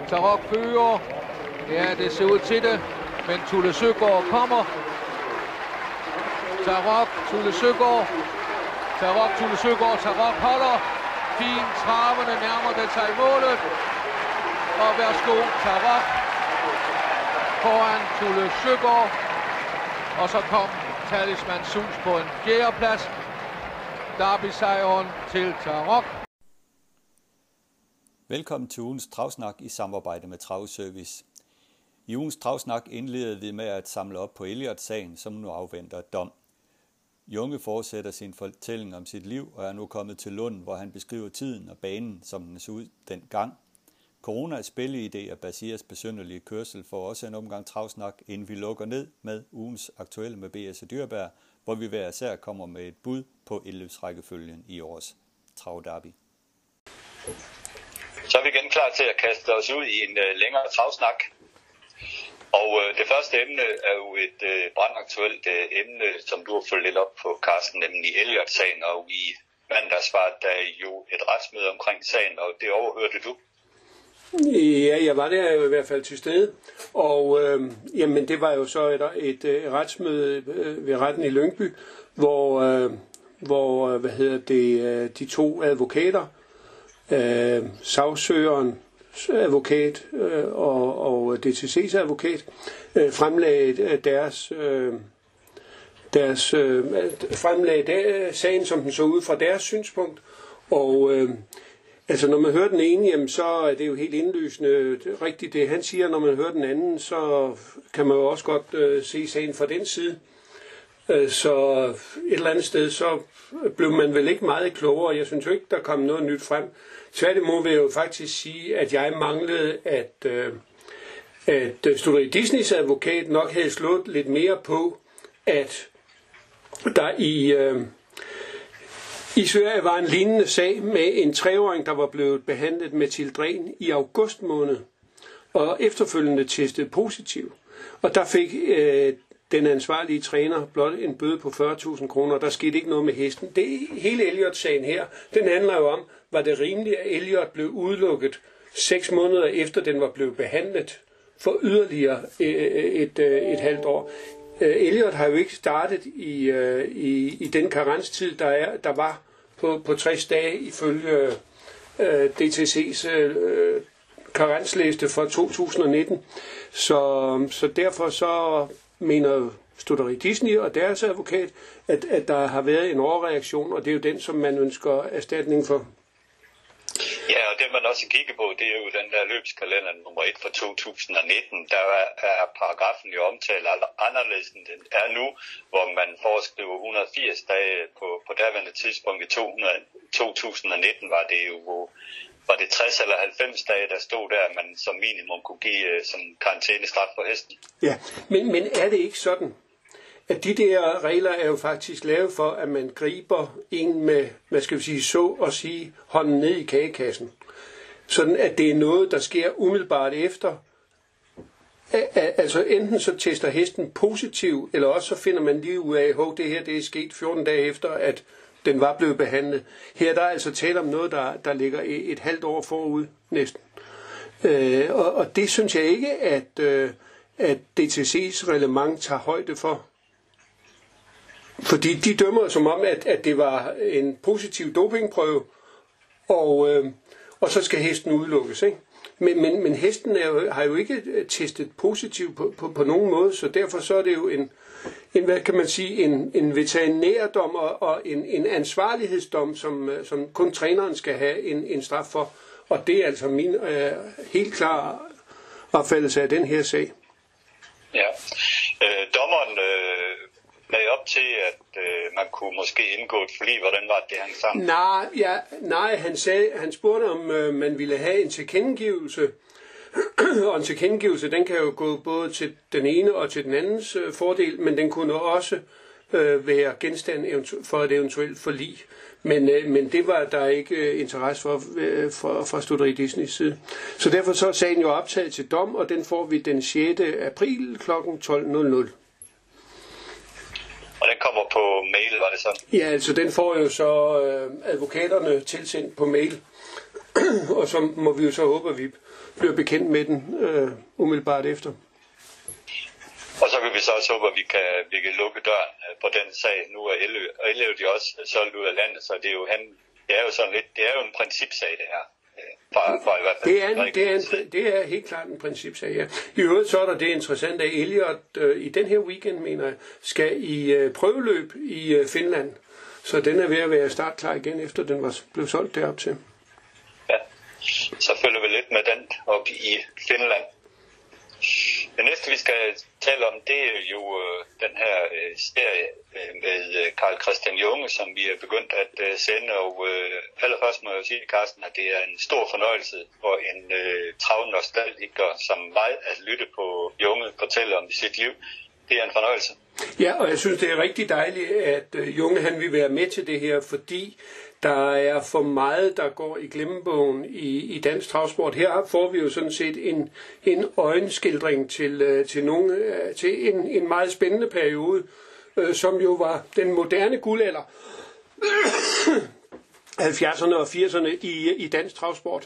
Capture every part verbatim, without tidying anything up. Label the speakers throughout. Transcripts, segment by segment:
Speaker 1: Tarok fører. Ja, det ser ud til det. Men Tulle Søgaard kommer. Tarok, Tulle Søgaard. Tarok, Tulle Søgaard. Tarok holder. Fint traverne nærmer det sig i målet. Og værsgo, Tarok foran Tulle Søgaard. Og så kom Talisman Sus på en fjerdeplads. Derby-sejren til Tarok.
Speaker 2: Velkommen til ugens travsnak i samarbejde med Travservice. I ugens travsnak indleder vi med at samle op på Elliott-sagen, som nu afventer dom. Junge fortsætter sin fortælling om sit liv og er nu kommet til Lund, hvor han beskriver tiden og banen, som den så ud dengang. Coronas spilleidé og Basirs besynderlige kørsel får også en omgang travsnak, inden vi lukker ned med ugens aktuelle med B S Dyrbjerg, hvor vi hver især kommer med et bud på indløbsrækkefølgen i årets travderby.
Speaker 3: Så er vi igen klar til at kaste os ud i en uh, længere travsnak. Og uh, det første emne er jo et uh, brandaktuelt uh, emne, som du har fulgt lidt op på, Carsten, nemlig Elliott-sagen. Og i mandags var der jo et retsmøde omkring sagen, og det overhørte du.
Speaker 4: Ja, jeg var der jo i hvert fald til stede, og øh, jamen, det var jo så et, et, et retsmøde ved retten i Lyngby, hvor, øh, hvor hvad hedder det, de to advokater, øh, sagsøgerens advokat øh, og, og D T C's advokat, øh, fremlagde deres, øh, deres øh, fremlagde der, sagen, som den så ud fra deres synspunkt, og øh, altså, når man hører den ene, jamen, så er det jo helt indlysende rigtigt det, han siger. Når man hører den anden, så kan man jo også godt øh, se sagen fra den side. Øh, så et eller andet sted, så blev man vel ikke meget klogere. Jeg synes jo ikke, der kom noget nyt frem. Tværtimod vil jeg jo faktisk sige, at jeg manglede, at, øh, at Studeri Disneys advokat nok havde slået lidt mere på, at der i... Øh, I Sverige var en lignende sag med en treåring, der var blevet behandlet med Tildren i august måned, og efterfølgende testet positiv. Og der fik øh, den ansvarlige træner blot en bøde på fyrre tusind kroner, og der skete ikke noget med hesten. Det hele Elliott-sagen her, den handler jo om, var det rimeligt, at Elliott blev udelukket seks måneder efter den var blevet behandlet for yderligere øh, et, øh, et halvt år. Elliott har jo ikke startet i, øh, i, i den karenstid, der, er, der var på, på tres dage ifølge øh, D T C's øh, karensliste for to tusind og nitten. Så, så derfor så mener Studeri Disney og deres advokat, at, at der har været en overreaktion, og det er jo den, som man ønsker erstatning for.
Speaker 3: Ja, og det man også kigger på, det er jo den der løbskalender nummer et for to tusind og nitten. Der er, er paragrafen jo omtalt anderledes end den er nu, hvor man foreskriver et hundrede og firs dage på, på daværende tidspunkt i to tusind og nitten var det jo, var det tres eller halvfems dage, der stod der, man som minimum kunne give som karantænestraf for hesten.
Speaker 4: Ja, men, men er det ikke sådan, at de der regler er jo faktisk lavet for, at man griber en med, hvad skal vi sige, så at sige, hånden ned i kagekassen. Sådan at det er noget, der sker umiddelbart efter. Altså enten så tester hesten positiv, eller også så finder man lige ud af, at det her det er sket fjorten dage efter, at den var blevet behandlet. Her der er altså tale om noget, der, der ligger et halvt år forud næsten. Øh, og, og det synes jeg ikke, at, øh, at D T C's reglement tager højde for. Fordi de dømmer som om, at, at det var en positiv dopingprøve, og, øh, og så skal hesten udelukkes. Ikke? Men, men, men hesten er jo, har jo ikke testet positivt på, på, på nogen måde, så derfor så er det jo en, en hvad kan man sige, en, en veterinærdom og, og en, en ansvarlighedsdom, som, som kun træneren skal have en, en straf for. Og det er altså min øh, helt klare opfattelse af den her sag.
Speaker 3: Ja, øh, dommeren... Øh lagde op til, at øh, man kunne måske indgå et forlig. Hvordan var det, han sammen?
Speaker 4: Nej, ja, nej han, sagde, han spurgte, om øh, man ville have en tilkendegivelse. Og en tilkendegivelse, den kan jo gå både til den ene og til den andens øh, fordel, men den kunne også øh, være genstand for et eventuelt forlig. Men, øh, men det var der ikke øh, interesse for øh, fra, fra Studeri Disneys side. Så derfor så er sagen jo optaget til dom, og den får vi den sjette april klokken tolv nul nul.
Speaker 3: Og den kommer på mail, var det sådan?
Speaker 4: Ja, altså den får jo så øh, advokaterne tilsendt på mail, og så må vi jo så håbe, at vi bliver bekendt med den øh, umiddelbart efter.
Speaker 3: Og så kan vi så også håbe, at vi kan, vi kan lukke døren på den sag. Nu er Elløv de også solgt ud af landet, så det er jo, han, det er jo sådan lidt, det er jo en principsag, det her. For, for i hvert fald,
Speaker 4: det, er en, det, er en, det er helt klart en principsag, ja. I øvrigt så er der det interessante, at Elliot øh, i den her weekend, mener jeg, skal i øh, prøveløb i øh, Finland. Så den er ved at være startklar igen, efter den var blevet solgt derop til.
Speaker 3: Ja, så følger vi lidt med den op i Finland. Det næste, vi skal tale om, det er jo øh, den her øh, serie øh, med øh, Carl Christian Junge, som vi er begyndt at øh, sende. Og øh, allerførst må jeg jo sige, Carsten, at det er en stor fornøjelse for en øh, travnostalgiker, som mig at lytte på Junge fortælle om sit liv. Det er en fornøjelse.
Speaker 4: Ja, og jeg synes, det er rigtig dejligt, at øh, Junge han vil være med til det her, fordi der er for meget, der går i glemmebogen i, i dansk travsport. Her får vi jo sådan set en, en øjenskildring til, til, nogle, til en, en meget spændende periode, øh, som jo var den moderne guldalder, halvfjerdserne og firserne i, i dansk travsport.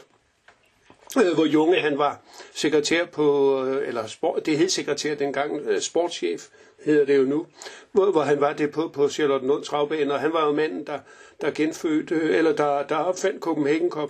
Speaker 4: Øh, hvor Junge han var sekretær på, eller sport, det hed sekretær dengang, sportschef hedder det jo nu, hvor, hvor han var det på, på Charlottenlund Travbane, og han var jo manden, der, der genfødte, eller der, der opfandt Copenhagen Cup.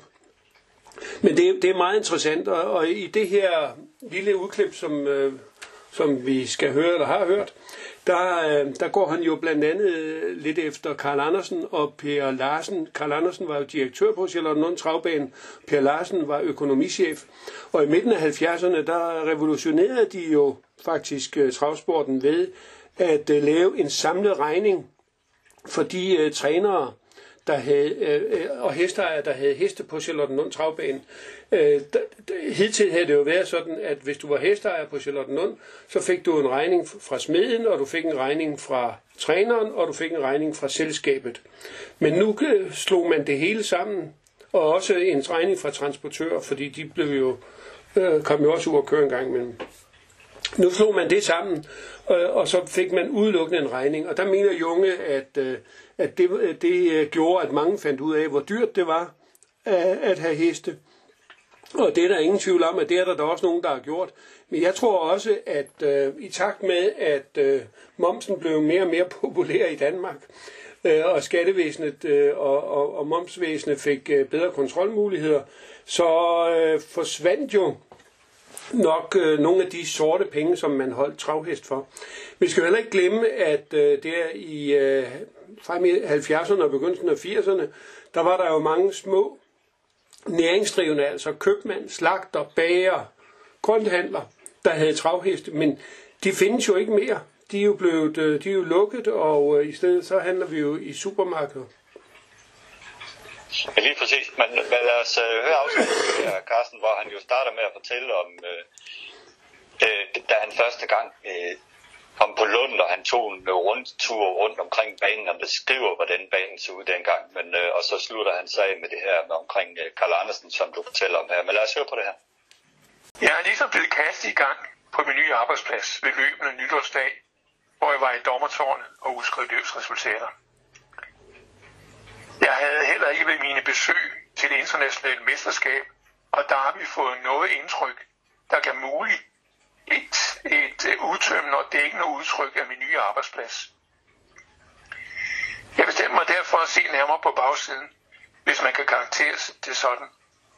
Speaker 4: Men det, det er meget interessant, og, og i det her lille udklip, som, øh, som vi skal høre, eller har hørt, der, øh, der går han jo blandt andet lidt efter Carl Andersen og Per Larsen. Carl Andersen var jo direktør på Charlottenlund Travbane, Per Larsen var økonomichef, og i midten af halvfjerdserne, der revolutionerede de jo faktisk uh, travsporten ved at uh, lave en samlet regning for de uh, trænere, der havde, uh, og hesteejere, der havde heste på Charlottenlund Travbane. Uh, hidtil havde det jo været sådan, at hvis du var hesteejer på Charlottenlund, så fik du en regning fra smeden, og du fik en regning fra træneren, og du fik en regning fra selskabet. Men nu uh, slog man det hele sammen, og også en regning fra transportører, fordi de blev jo, uh, kom jo også ud at køre en gang imellem. Nu slog man det sammen, og så fik man udelukkende en regning. Og der mener Junge, at, at det, det gjorde, at mange fandt ud af, hvor dyrt det var at have heste. Og det er der ingen tvivl om, at det er der, der også nogen, der har gjort. Men jeg tror også, at uh, i takt med, at uh, momsen blev mere og mere populær i Danmark, uh, og skattevæsenet uh, og, og, og momsvæsenet fik uh, bedre kontrolmuligheder, så uh, forsvandt jo nok øh, nogle af de sorte penge, som man holdt travhest for. Vi skal heller ikke glemme, at øh, der i øh, frem i halvfjerdserne og begyndelsen af firserne, der var der jo mange små næringsdrivende, altså købmand, slagter, bager, grønthandler, der havde travheste, men de findes jo ikke mere. De er jo blevet, øh, de er jo lukket, og øh, i stedet så handler vi jo i supermarkeder.
Speaker 3: Ja, lige præcis. Men, men lad os uh, høre afsnittet her, Carsten, hvor han jo starter med at fortælle om, uh, uh, da han første gang uh, kom på Lund, og han tog en rundtur rundt omkring banen, og beskriver, hvordan banen så ud dengang. Men, uh, og så slutter han sig med det her med omkring uh, Carl Andersen, som du fortæller om her. Men lad os høre på det her.
Speaker 5: Jeg er ligesom blevet kastet i gang på min nye arbejdsplads ved løbende nytårsdag, hvor jeg var i dommertårnet og udskrev løbsresultater. Jeg havde heller ikke ved mine besøg til det internationale mesterskab, og der har vi fået noget indtryk, der kan muligt et, et udtømmende og dækkende udtryk af min nye arbejdsplads. Jeg bestemte mig derfor at se nærmere på bagsiden, hvis man kan karakterisere det sådan.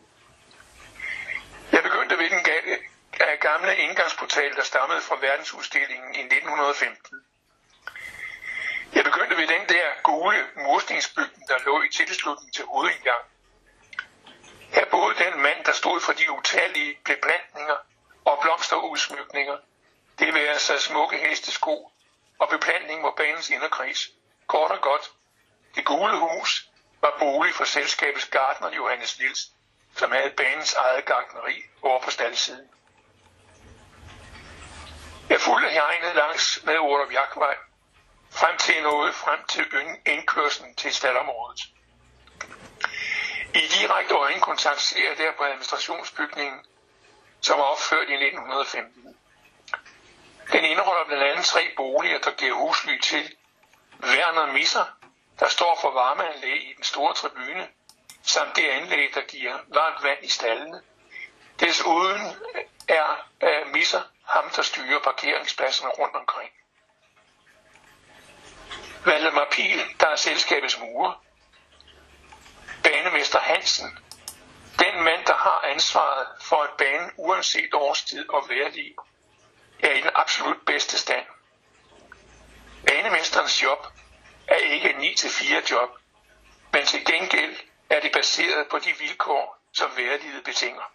Speaker 5: Jeg begyndte ved den gamle indgangsportal, der stammede fra verdensudstillingen i nitten femten. Jeg begyndte ved den der gule murstensbygning, der lå i tilslutning til hovedindgang. Her boede den mand, der stod for de utallige beplantninger og blomsterudsmykninger. Det vil altså smukke hestesko og beplantning på banens inderkreds. Kort og godt, det gule hus var bolig for selskabets gartner Johannes Nielsen, som havde banens eget gartneri over på staldesiden. Jeg fulgte hegnet langs med Orlov Jagtvej, frem til noget frem til indkørslen til staldområdet. I direkte øjenkontakt ser jeg der på administrationsbygningen, som var opført i nitten femten. Den indeholder blandt andet tre boliger, der giver husly til Werner Misser, der står for varmeanlæg i den store tribune, samt det anlæg, der giver varmt vand i stallene. Desuden er, er misser ham, der styrer parkeringspladserne rundt omkring. Valdemar Pihl, der er selskabets murer. Banemester Hansen, den mand, der har ansvaret for, at banen uanset årstid og vejrlig er i den absolut bedste stand. Banemesterens job er ikke et ni til fire job, men til gengæld er det baseret på de vilkår, som vejrliget betinger.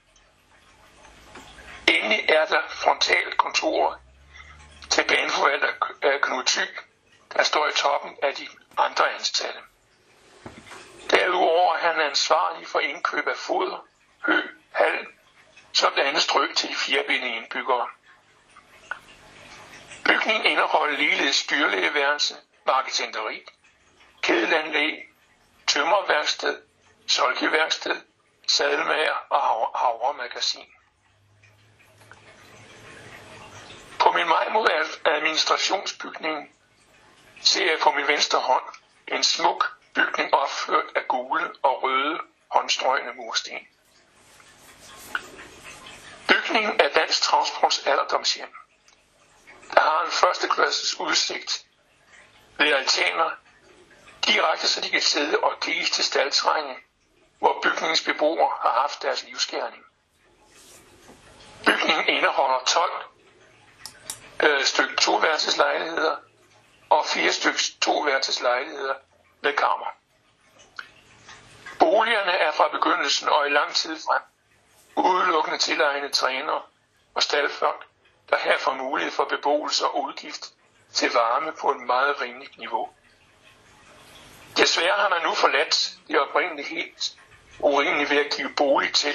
Speaker 5: Endelig er der frontalkontoret til baneforvalter Knud Thy, der står i toppen af de andre ansatte. Derudover er han ansvarlig for indkøb af foder, hø, halm, som det andet strø til de firebenede indbyggere. Bygningen indeholder ligeledes styrlægeværelse, marketenteri, kedelanlæg, tømmerværksted, solkeværksted, sadelmager og havremagasin. På min vej mod administrationsbygningen ser jeg på min venstre hånd en smuk bygning opført af gule og røde håndstrøgne mursten. Bygningen er Dansk Travsports alderdomshjem. Der har en førsteklasses udsigt ved altaner, direkte så de kan sidde og kigge til staldterrænet, hvor bygningens beboere har haft deres livsgerning. Bygningen indeholder tolv øh, styk toværelseslejligheder og fire styk toværelseslejligheder med kammer. Boligerne er fra begyndelsen og i lang tid frem udelukkende tilegnede trænere og staldfolk, der her får mulighed for beboelse og udgift til varme på et meget rimeligt niveau. Desværre har man nu forladt det oprindeligt helt urimeligt ved at give bolig til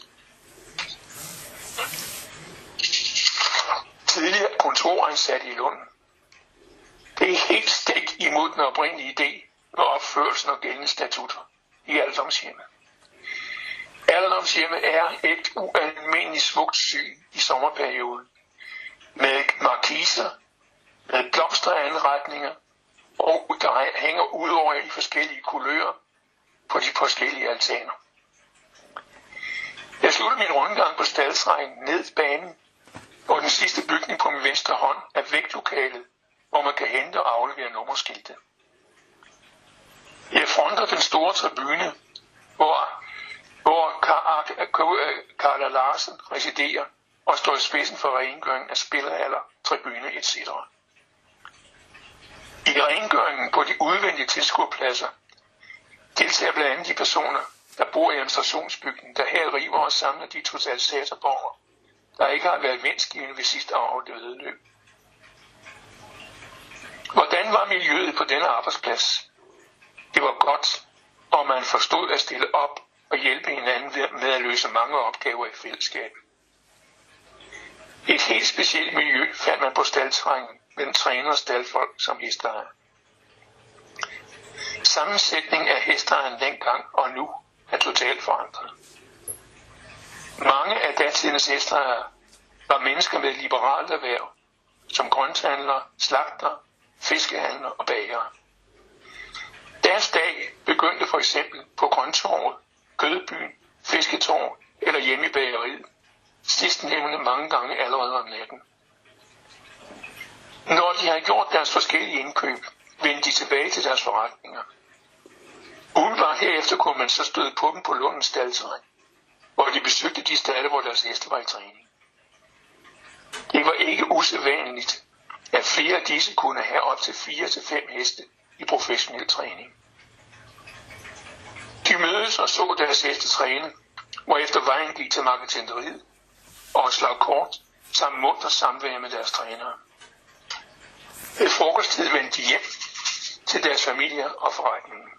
Speaker 5: tidligere kontoransat i Lund. Det er helt stik imod den oprindelige idé med opførelsen og gældende statutter i alderdomshjemmet. Alderdomshjemmet er et ualmindeligt smukt syn i sommerperioden, med markiser, med blomsteranretninger, og der hænger ud over i forskellige kulører på de forskellige altaner. Jeg slutter min rundgang på staldterrænet ned banen, og den sidste bygning på min venstre hånd er vægtlokalet, hvor man kan hente og aflevere nummerskilte. Jeg fronter den store tribune, hvor, hvor Carla Larsen residerer og står i spidsen for rengøringen af spillehaller, tribune et cetera. I rengøringen på de udvendige tilskuerpladser deltager blandt andet de personer, der bor i administrationsbygningen, der her river og samler de totalisatorborgere, der ikke har været vindskivende ved sidste afholdte vedløb. Hvordan var miljøet på denne arbejdsplads? Det var godt, og man forstod at stille op og hjælpe hinanden med at løse mange opgaver i fællesskab. Et helt specielt miljø fandt man på staldterrænet mellem træner og staldfolk som hesteejere. Sammensætningen af hesteejeren dengang og nu er totalt forandret. Mange af datidens hesteejere var mennesker med liberalt erhverv, som grønthandlere, slagter, fiskehandlere og bagere. Deres dag begyndte for eksempel på Grøntorvet, Kødbyen, Fisketorvet eller hjemme i bageriet, sidstnævnte mange gange allerede om natten. Når de havde gjort deres forskellige indkøb, vendte de tilbage til deres forretninger. Umiddelbart herefter kunne man så støde på dem på Lundens staldterræn, hvor de besøgte de stalle, hvor deres heste var i træning. Det var ikke usædvanligt, at flere af disse kunne have op til fire til fem heste i professionel træning. De mødes og så deres heste træne, hvorefter vejen gik til marketenteriet og slag kort samt munter samvær med deres trænere. Ved frokosttid vendte de hjem til deres familier og forretningen.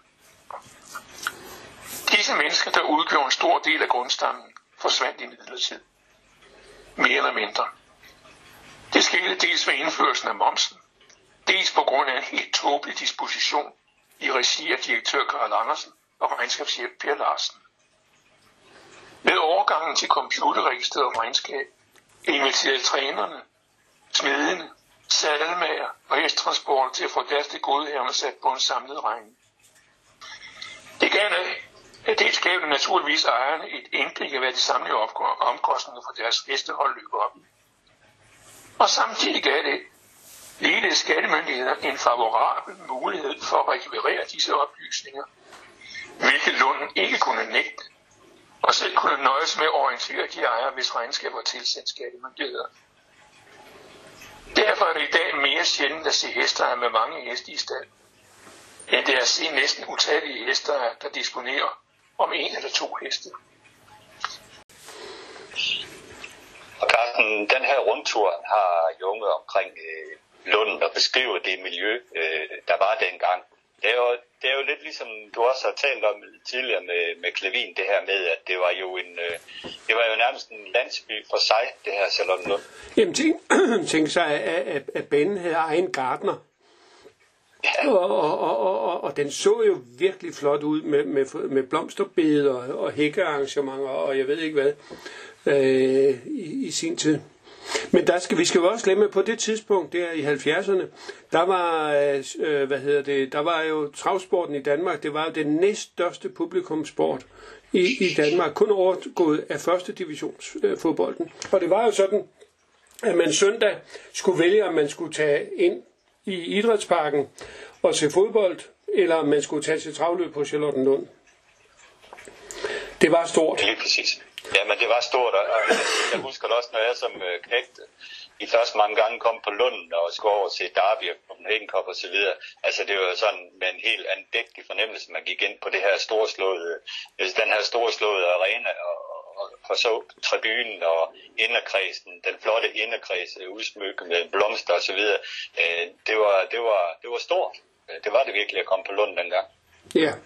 Speaker 5: Disse mennesker, der udgjorde en stor del af grundstammen, forsvandt i midlertid. Mere eller mindre. Det skete dels ved indførelsen af momsen, dels på grund af en helt tåbelig disposition i regi af direktør Karl Andersen og regnskabschef Per Larsen. Med overgangen til computerregistreret regnskab inviterede trænerne, smedene, sadelmager og hesttransporter til at få deres tilgodehavende sat på en samlet regning. Det gav, Dels gav det naturligvis ejerne et indblik af, hvad de samlede omkostninger for deres hestehold løber op. Og samtidig gav det ligeledes skattemyndigheder en favorabel mulighed for at rekvirere disse oplysninger, hvilket Lunden ikke kunne nægte, og selv kunne nøjes med at orientere de ejere, hvis regnskaber var tilsendt skattemyndigheder. Derfor er det i dag mere sjældent at se hesteejere med mange heste i stald, end det er at se næsten utallige hesteejere, der disponerer om en eller to heste.
Speaker 3: Og Carsten, den her rundtur har Junge omkring øh, Lunden og beskriver det miljø, øh, der var dengang. Det er, jo, det er jo lidt ligesom du også har talt om tidligere med, med Klevin, det her med, at det var jo en, øh, det var jo nærmest en landsby for sig, det her Charlottenlund.
Speaker 4: Jamen tænk, tænk sig, at, at, at banen havde egen gartner. Ja. Og, og, og, og, og den så jo virkelig flot ud med, med, med blomsterbede og, og hækkearrangementer og jeg ved ikke hvad øh, i, i sin tid. Men der skal, vi skal jo også glemme, på det tidspunkt der i halvfjerdserne, der var, øh, hvad hedder det, der var jo travsporten i Danmark, det var jo den næststørste publikumsport i, i Danmark, kun overgået af første divisions øh, fodbolden. Og det var jo sådan, at man søndag skulle vælge, om man skulle tage ind i idrætsparken og se fodbold, eller om man skulle tage til travløb på Charlottenlund. Det var stort.
Speaker 3: Lige præcis. Ja, men det var stort, og jeg husker det også, når jeg som knægt de første mange gange kom på Lunden og skulle over til Derby og Copenhagen Cup og så videre. Altså det var jo sådan med en helt andægtig fornemmelse, man gik ind på det her storslåede, den her storslåede arena og, og, og så tribunen og inderkredsen, den flotte inderkreds udsmykket med blomster og så videre. Det var, det var, det var stort. Det var det virkelig at komme på Lunden dengang.
Speaker 4: Ja. Yeah.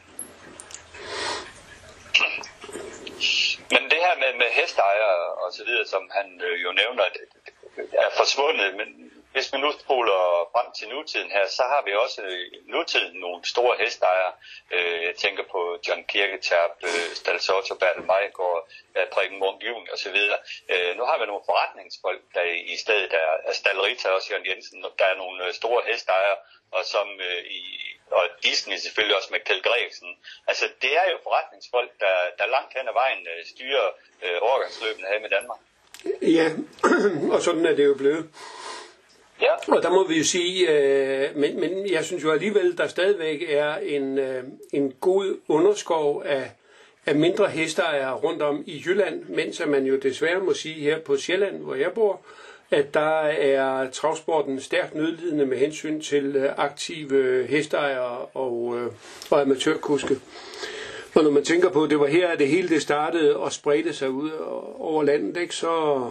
Speaker 3: Men det her med, med hesteejere og så videre, som han øh, jo nævner, er forsvundet. Men hvis vi nu spoler frem til nutiden her, så har vi også i nutiden nogle store hesteejere. Øh, jeg tænker på John Kirketerp, øh, Stalsotto, Bertel Meigård, øh, Preben Munk Junior og så videre. Øh, nu har vi nogle forretningsfolk, der i stedet er, er Stallerita og Jørgen Jensen. Der er nogle store hesteejere, og som øh, i og Disney selvfølgelig også med Kjeld Gregersen. Altså det er jo forretningsfolk, der, der langt hen ad vejen øh, styrer øh, overgangsløbene her med Danmark.
Speaker 4: Ja, og sådan er det jo blevet.
Speaker 3: Ja.
Speaker 4: Og der må vi jo sige, øh, men, men jeg synes jo alligevel, der stadigvæk er en, øh, en god underskov af, af mindre hesteejere rundt om i Jylland, mens man jo desværre må sige her på Sjælland, hvor jeg bor, at der er travsporten stærkt nødlidende med hensyn til aktive hesteejere og, øh, og amatørkuske. Og når man tænker på, at det var her, at det hele det startede og spredte sig ud over landet, ikke, så,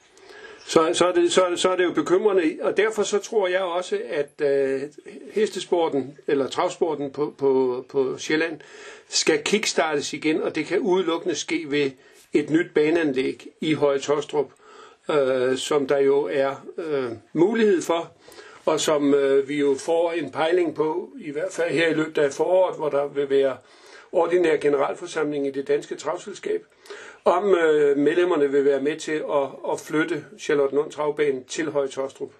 Speaker 4: så, så, er det, så, så er det jo bekymrende. Og derfor så tror jeg også, at øh, hestesporten, eller travsporten på, på, på Sjælland, skal kickstartes igen, og det kan udelukkende ske ved et nyt baneanlæg i Høje Taastrup. Øh, som der jo er øh, mulighed for, og som øh, vi jo får en pejling på, i hvert fald her i løbet af foråret, hvor der vil være ordinær generalforsamling i det danske travselskab, om øh, medlemmerne vil være med til at, at flytte Charlottenlund Travbane til Høje Taastrup.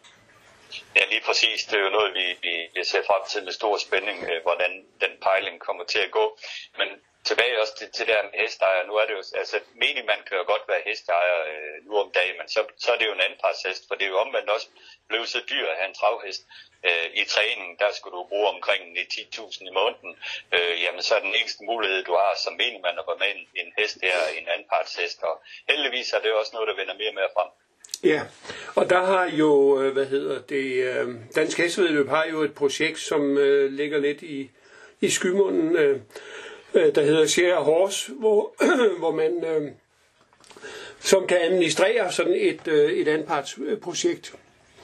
Speaker 3: Ja, lige præcis. Det er jo noget, vi, vi, vi ser frem til med stor spænding, øh, hvordan den pejling kommer til at gå. Men tilbage også til, til det her med hesteejere. Nu er det jo, altså menigmand kan jo godt være hesteejer øh, nu om dagen, men så, så er det jo en anpartshest, for det er jo omvendt også blevet så dyr at have en travhest. Øh, I træning, der skulle du bruge omkring ni til ti tusind i måneden. Øh, jamen så er den eneste mulighed, du har som menigmand at være med en, en hest her, en anpartshest, og heldigvis er det også noget, der vender mere og mere frem.
Speaker 4: Ja, og der har jo, hvad hedder det, Dansk Hestevæddeløb har jo et projekt, som øh, ligger lidt i, i skymunden, øh, der hedder Share Horse, hvor, hvor man øh, som kan administrere sådan et, øh, et anpartsprojekt.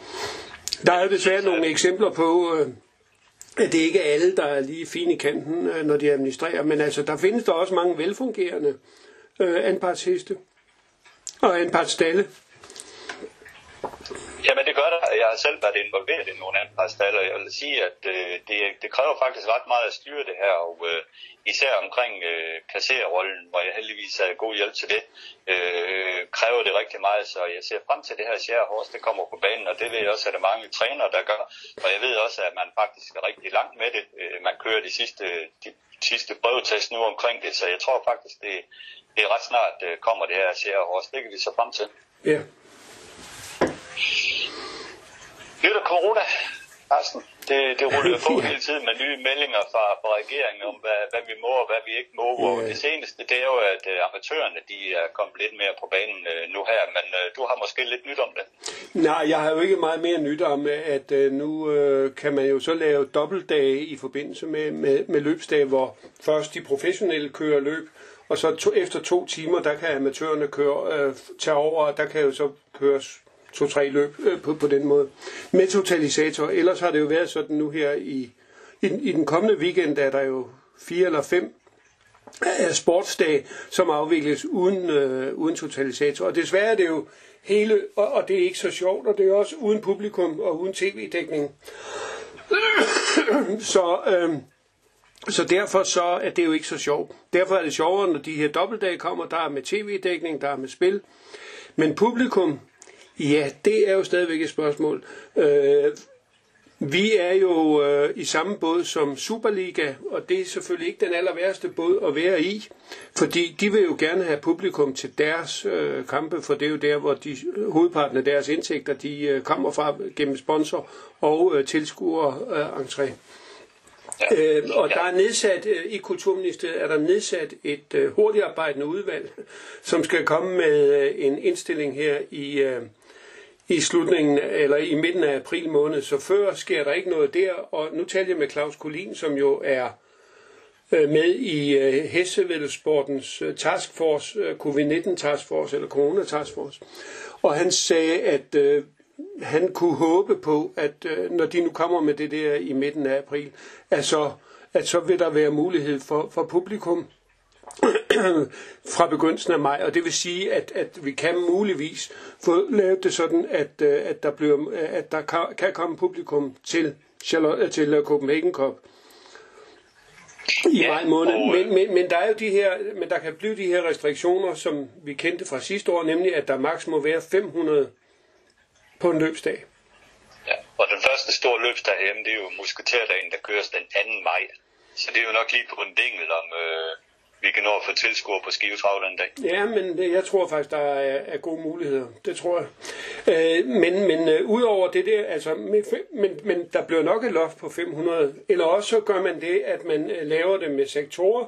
Speaker 4: Der er jo desværre nogle eksempler på, øh, at det ikke er alle, der er lige fine i kanten, øh, når de administrerer, men altså der findes der også mange velfungerende øh, anpartsheste og anpartsstalle.
Speaker 3: Jamen det gør der. Jeg har selv været involveret i nogle anpartstalder. Jeg vil sige, at øh, det, det kræver faktisk ret meget at styre det her, og øh, især omkring øh, kassererrollen, hvor jeg heldigvis er god hjælp til det, øh, kræver det rigtig meget. Så jeg ser frem til det her Skjærhorst, det kommer på banen, og det ved jeg også, at der er mange trænere, der gør. Og jeg ved også, at man faktisk er rigtig langt med det. Øh, man kører de sidste, de sidste prøvetest nu omkring det, så jeg tror faktisk, det, det er ret snart øh, kommer det her Skjærhorst. Det kan vi så frem til.
Speaker 4: Ja. Yeah.
Speaker 3: Nyt af corona, Carsten. Det, det ruller på hele tiden med nye meldinger fra, fra regeringen om, hvad, hvad vi må og hvad vi ikke må. Yeah. Og det seneste, det er jo, at uh, amatørerne de er kommet lidt mere på banen uh, nu her, men uh, du har måske lidt nyt om det.
Speaker 4: Nej, jeg har jo ikke meget mere nyt om, at uh, nu uh, kan man jo så lave dobbeltdage i forbindelse med, med, med løbsdage, hvor først de professionelle kører løb, og så to, efter to timer, der kan amatørerne køre, uh, tage over, og der kan jo så køres to-tre løb øh, på, på den måde. Med totalisator. Ellers har det jo været sådan nu her i, i, i den kommende weekend, er der jo fire eller fem øh, sportsdage, som afvikles uden, øh, uden totalisator. Og desværre er det jo hele, og, og det er ikke så sjovt, og det er også uden publikum og uden tv-dækning. så, øh, så derfor så er det jo ikke så sjovt. Derfor er det sjovere, når de her dobbeltdage kommer, der er med tv-dækning, der er med spil. Men publikum, ja, det er jo stadigvæk et spørgsmål. Øh, vi er jo øh, i samme båd som Superliga, og det er selvfølgelig ikke den aller værste båd at være i, fordi de vil jo gerne have publikum til deres øh, kampe, for det er jo der, hvor de hovedparten af deres indtægter, de øh, kommer fra gennem sponsor og øh, tilskuer øh, entré. Ja. Øh, og der er nedsat, øh, i Kulturministeriet er der nedsat et øh, hurtigarbejdende udvalg, som skal komme med øh, en indstilling her i, øh, i slutningen, eller i midten af april måned. Så før sker der ikke noget der, og nu taler jeg med Claus Collin, som jo er øh, med i øh, Hestevæddelsportens øh, taskforce, øh, covid nitten taskforce, eller corona taskforce, og han sagde, at øh, han kunne håbe på, at øh, når de nu kommer med det der i midten af april, at så, at så vil der være mulighed for, for publikum fra begyndelsen af maj, og det vil sige, at, at vi kan muligvis få lavet det sådan, at, at der, bliver, at der kan, kan komme publikum til, til Copenhagen Cup i
Speaker 3: ja,
Speaker 4: maj måned. Men, men, men der er jo de her, men der kan blive de her restriktioner, som vi kendte fra sidste år, nemlig at der maks må være fem hundrede på en løbsdag.
Speaker 3: Ja, og den første store løbsdag hjemme, det er jo Musketærdagen, der køres den anden maj. Så det er jo nok lige på en dingel, om øh, vi kan nå at få tilskuere på Skive Trav den dag.
Speaker 4: Ja, men det, jeg tror faktisk, der er, er gode muligheder. Det tror jeg. Øh, men men øh, udover det der, altså, med, men, men der bliver nok et loft på fem hundrede. Eller også så gør man det, at man øh, laver det med sektorer.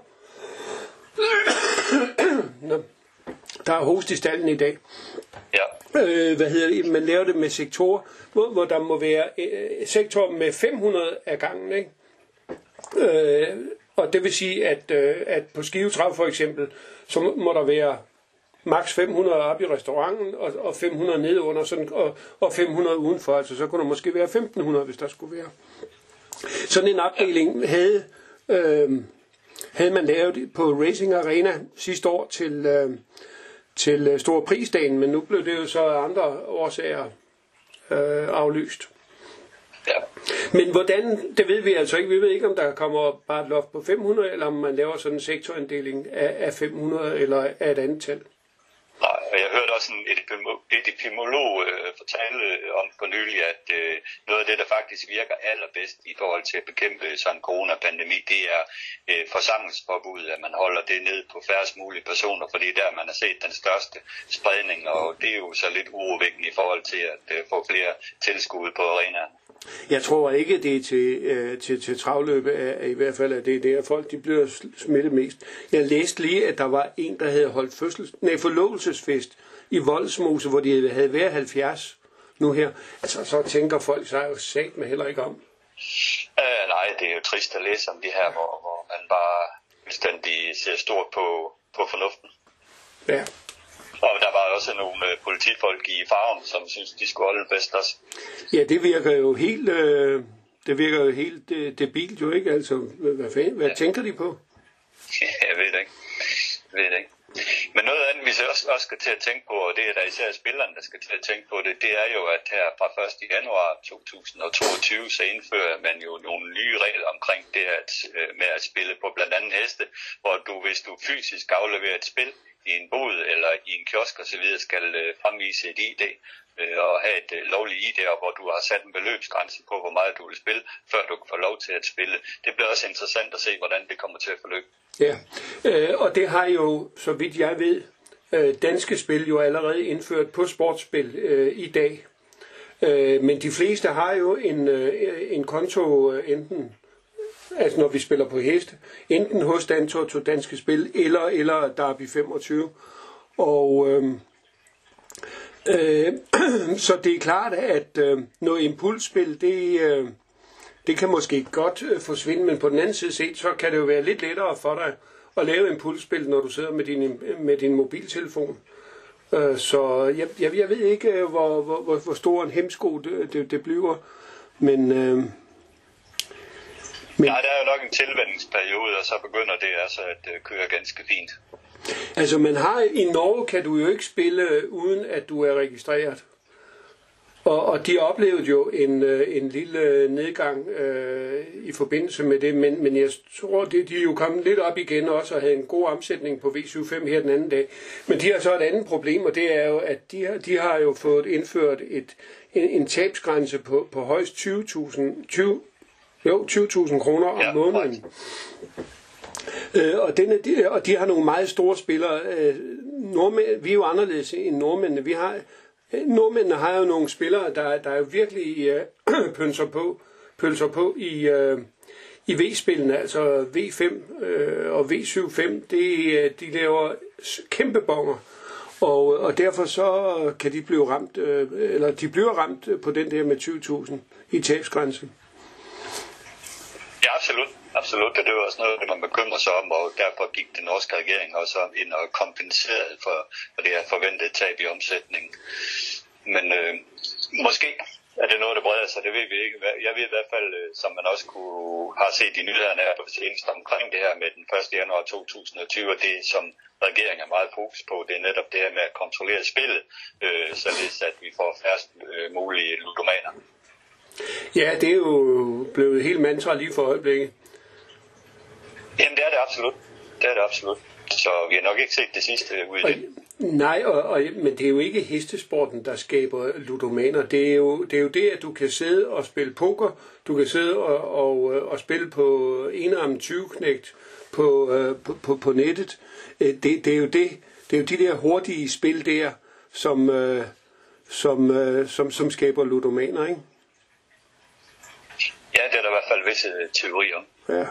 Speaker 4: Nå, der er host i stallen i dag.
Speaker 3: Ja.
Speaker 4: Øh, hvad hedder det? Man laver det med sektorer, hvor, hvor der må være øh, sektor med fem hundrede af gangen, ikke? Øh, og det vil sige, at, øh, at på Skive Trav for eksempel, så må der være maks fem hundrede op i restauranten, og, og fem hundrede nede under, sådan, og, og fem hundrede udenfor. Altså så kunne der måske være femten hundrede, hvis der skulle være. Sådan en opdeling havde, øh, havde man lavet på Racing Arena sidste år til, øh, til Store Prisdagen, men nu blev det jo så af andre årsager øh, aflyst.
Speaker 3: Ja.
Speaker 4: Men hvordan, det ved vi altså ikke. Vi ved ikke, om der kommer bare et loft på fem hundrede, eller om man laver sådan en sektorinddeling af, af fem hundrede, eller af et andet tal.
Speaker 3: Nej, og jeg hørte også en epidemiolog øh, fortælle om for nylig, at øh, noget af det, der faktisk virker allerbedst i forhold til at bekæmpe sådan en coronapandemi, det er øh, forsamlingsforbud, at man holder det ned på færrest mulige personer, fordi der man har set den største spredning, og det er jo så lidt urovækkende i forhold til at øh, få flere tilskud på arenaen.
Speaker 4: Jeg tror ikke, det er til, øh, til, til travløbet, at i hvert fald, at det er der folk, de bliver smittet mest. Jeg læste lige, at der var en, der havde holdt fødsels, nej, forlovelsesfest i Voldsmose, hvor de havde været halvfjerds nu her. Altså, så tænker folk sig jo sat med heller ikke om.
Speaker 3: Uh, nej, det er jo trist at læse om det her, hvor, hvor man bare fuldstændig ser stort på, på fornuften.
Speaker 4: Ja.
Speaker 3: Og der var også nogle øh, politifolk i Farum, som synes, de skulle holde bedst også.
Speaker 4: Ja, det virker jo helt, øh, det virker jo helt øh, debilt jo ikke, altså, hvad, hvad, hvad ja. tænker de på?
Speaker 3: Jeg ved det ikke. Jeg ved det ikke. Men noget andet, vi også, også skal til at tænke på, og det er der især spillerne, der skal til at tænke på det, det er jo, at her fra første januar to tusind og toogtyve, så indfører man jo nogle nye regler omkring det her med at spille på blandt andet heste, hvor du, hvis du fysisk afleverer et spil i en bod eller i en kiosk osv., skal fremvise et I D og have et lovligt I D, hvor du har sat en beløbsgrænse på, hvor meget du vil spille, før du kan få lov til at spille. Det bliver også interessant at se, hvordan det kommer til at forløbe.
Speaker 4: Ja, øh, og det har jo, så vidt jeg ved, øh, Danske Spil jo allerede indført på sportsspil øh, i dag. Øh, men de fleste har jo en, øh, en konto øh, enten, altså når vi spiller på heste, enten hos Dantoto Danske Spil eller, eller Derby femogtyve. Og øh, øh, så det er klart, at øh, noget impulsspil, det... Øh, Det kan måske godt forsvinde, men på den anden side set, så kan det jo være lidt lettere for dig at lave impulsspil, når du sidder med din, med din mobiltelefon. Så jeg, jeg, jeg ved ikke, hvor, hvor, hvor stor en hemsko det, det, det bliver, men... Øh,
Speaker 3: men... Ja, der er jo nok en tilvændingsperiode, og så begynder det altså at køre ganske fint.
Speaker 4: Altså, man har i Norge kan du jo ikke spille, uden at du er registreret. Og, og de oplevede jo en, en lille nedgang øh, i forbindelse med det, men, men jeg tror, de, de er jo kommet lidt op igen også og havde en god omsætning på V syvoghalvfems her den anden dag. Men de har så et andet problem, og det er jo, at de har, de har jo fået indført et, en, en tabsgrænse på, på højst tyve tusind tyve tusind kroner om ja, måneden. Øh, og, denne, de, og de har nogle meget store spillere. Øh, nordmænd, vi er jo anderledes end nordmændene. Vi har... Nordmændene har jo nogle spillere, der, der er virkelig øh, pølser på, pølser på i, øh, i V-spillene, altså V fem øh, og V syvoghalvfems, de, de laver kæmpe bonger, og, og derfor så kan de blive ramt, øh, eller de bliver ramt på den der med tyve tusind i tabsgrænsen.
Speaker 3: Ja, absolut. Absolut, og det var også noget, man bekymrer sig om, og derfor gik den norske regering også ind og kompenserede for, for det her forventede tab i omsætningen. Men øh, måske er det noget, der breder sig, det ved vi ikke. Jeg ved i hvert fald, som man også kunne have set i nyhederne her på senest omkring det her med den første januar to tusind og tyve, og det som regeringen er meget fokus på, det er netop det her med at kontrollere spillet, øh, således at vi får færrest øh, mulige ludomaner.
Speaker 4: Ja, det er jo blevet helt mantra lige for øjeblikket.
Speaker 3: Jamen, det er det absolut. Det er det absolut. Så vi har nok ikke set det sidste ud af det.
Speaker 4: Nej, og, og, men det er jo ikke hestesporten, der skaber ludomaner. Det er, jo, det er jo det, at du kan sidde og spille poker, du kan sidde og, og, og spille på enarmet tyveknægt på, på, på, på nettet. Det, det, er jo det, det er jo de der hurtige spil der, som, som, som, som skaber ludomaner, ikke?
Speaker 3: Ja, det er der i hvert fald visse teorier om.
Speaker 4: Ja.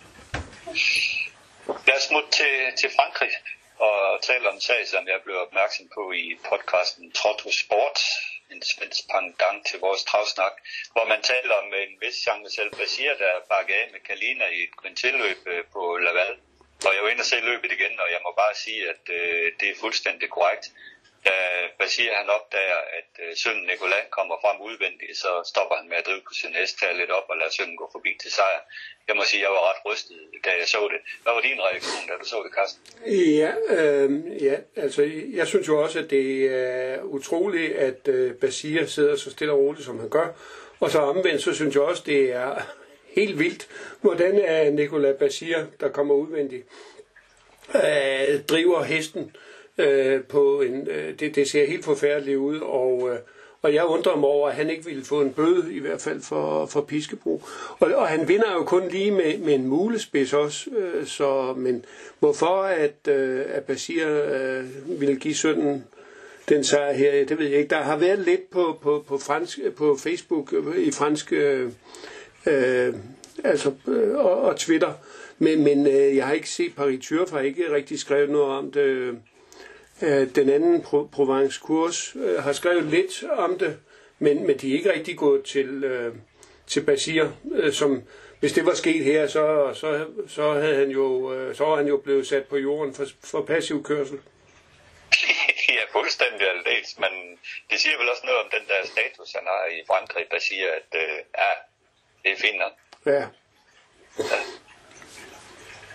Speaker 3: Lad os smutte til, til Frankrig og tale om en sag, som jeg blev opmærksom på i podcasten Trotto Sport, en svensk pendant til vores travsnak, hvor man taler om en vis Jean-Michel Basir, der bakkede af med Kalina i et kvintelløb på Laval. Og jeg var inde og se løbet igen, og jeg må bare sige, at øh, det er fuldstændig korrekt. Da Basir han opdager, at øh, sønnen Nicolas kommer frem udvendigt, så stopper han med at drive på sin hest, tager lidt op og lader sønnen gå forbi til sejr. Jeg må sige, at jeg var ret rystet, da jeg så det. Hvad var din reaktion, da du så det, Carsten?
Speaker 4: Ja, øh, ja, altså jeg synes jo også, at det er utroligt, at øh, Basir sidder så stille og roligt, som han gør. Og så omvendt, så synes jeg også, det er helt vildt, hvordan er Nicolas Basir, der kommer udvendigt, øh, driver hesten. Øh, på en, øh, det, det ser helt forfærdeligt ud, og, øh, og jeg undrer mig over, at han ikke ville få en bøde, i hvert fald for, for piskebrug. Og, og han vinder jo kun lige med, med en mulespids også, øh, så, men hvorfor at, øh, at Basir øh, ville give sønnen den sejr her, det ved jeg ikke. Der har været lidt på, på, på, fransk, på Facebook i fransk, øh, øh, altså, øh, og, og Twitter, men, men øh, jeg har ikke set Paris Turf, har ikke rigtig skrevet noget om det. Den anden Provence-kurs øh, har skrevet lidt om det, men, men de er ikke rigtig gået til, øh, til Basir, øh, som hvis det var sket her, så, så, så, havde han jo, øh, så var han jo blevet sat på jorden for, for passiv kørsel.
Speaker 3: Ja, fuldstændig aldeles, men det siger vel også noget om den der status, han har i Frankrig, Basir, at øh, ja, det er fint.
Speaker 4: Ja.
Speaker 3: Ja. Jeg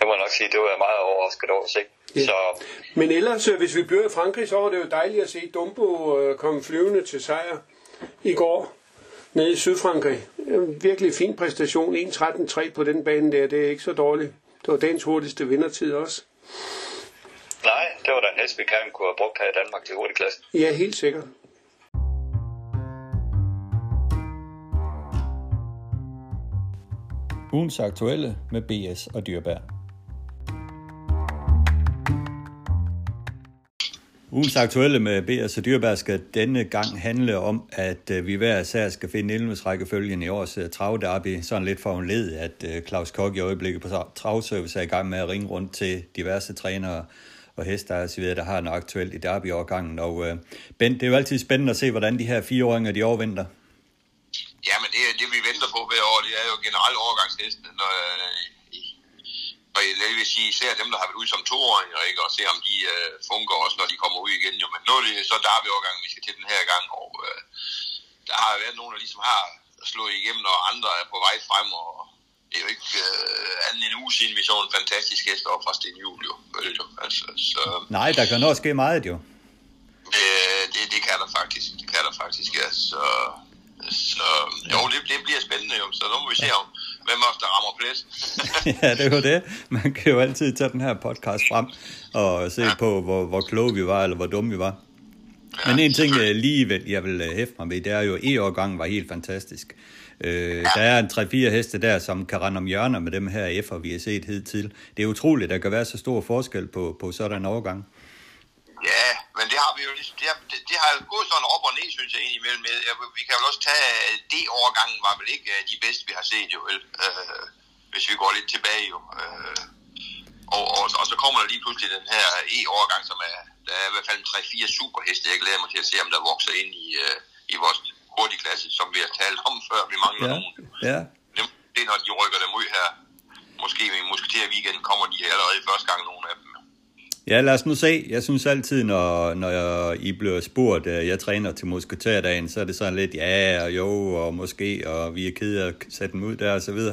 Speaker 3: må jeg nok sige, det var jeg meget overrasket over at se.
Speaker 4: Ja.
Speaker 3: Så...
Speaker 4: Men ellers, hvis vi bliver i Frankrig, så var det jo dejligt at se Dumbo øh, komme flyvende til sejr i går nede i Sydfrankrig. En virkelig fin præstation. en tretten tre på den bane der, det er ikke så dårligt. Det var dagens hurtigste vindertid også.
Speaker 3: Nej, det var da en hest, vi gerne kunne have brugt her i Danmark til hurtigklassen.
Speaker 4: Ja, helt sikkert.
Speaker 2: Ugens aktuelle med B S og Dyrbær. Ugens aktuelle med B S og Dyrbær skal denne gang handle om, at vi hver især skal finde indløbsrækkefølgen i års travderby. Sådan lidt foranledet, at Claus Koch i øjeblikket på travservice er i gang med at ringe rundt til diverse trænere og hester og så videre, der har noget aktuelt i derby-årgangen. Og uh, Bent, det er jo altid spændende at se, hvordan de her fireåringer, de overvinder.
Speaker 6: Ja, men det, det vi venter på hver år, det er jo generelt overgangshestene. Når, og jeg vil sige, især dem, der har været ude som toåringer, ikke? Og se om de uh, fungerer også, når de kommer ud igen. Jo. Men nu er det så derby-årgangen, vi skal til den her gang, og uh, der har været nogen, der ligesom har slået igennem, og andre er på vej frem, og det er jo ikke uh, anden en uge siden, vi så en fantastisk hest op fra Sten Juhl, jo. Altså, så...
Speaker 2: Nej, der kan også ske meget, jo.
Speaker 6: Uh, det, det kan der faktisk, det kan der faktisk, ja. Så, så jo, det, det bliver spændende, jo. Så nu må vi se, om hvem også der rammer plads.
Speaker 2: Ja, det er jo det. Man kan jo altid tage den her podcast frem og se ja. på, hvor, hvor kloge vi var, eller hvor dumme vi var. Ja, men en ting lige, jeg vil hæfte mig ved, det er jo, at E-årgangen var helt fantastisk. Øh, ja. Der er en tre-fire heste der, som kan rende om hjørner med dem her F'er, vi har set hidtil. Det er utroligt, der kan være så stor forskel på, på sådan en overgang.
Speaker 6: Ja, men det har vi jo ligesom, det har, det, det har gået sådan op og ned, synes jeg, indimellem. Jeg, vi kan jo også tage, D-årgangen var vel ikke de bedste, vi har set, jo vel, øh, hvis vi går lidt tilbage, jo. Øh, og, og, og så kommer der lige pludselig den her E-årgang, som er, der er i hvert fald en tre-fire superheste. Jeg glæder mig til at se, om der vokser ind i, øh, i vores hurtigklasse, som vi har talt om før, vi mangler ja. nogen.
Speaker 2: Ja.
Speaker 6: Det, det er, når de rykker dem ud her. Måske i Musketer-weekenden kommer de allerede første gang, nogle af dem.
Speaker 2: Ja, lad os nu se. Jeg synes altid, når, når jeg, I bliver spurgt, at jeg træner til musketerdagen, så er det sådan lidt, ja, og jo, og måske, og vi er kede at sætte dem ud der, og så videre.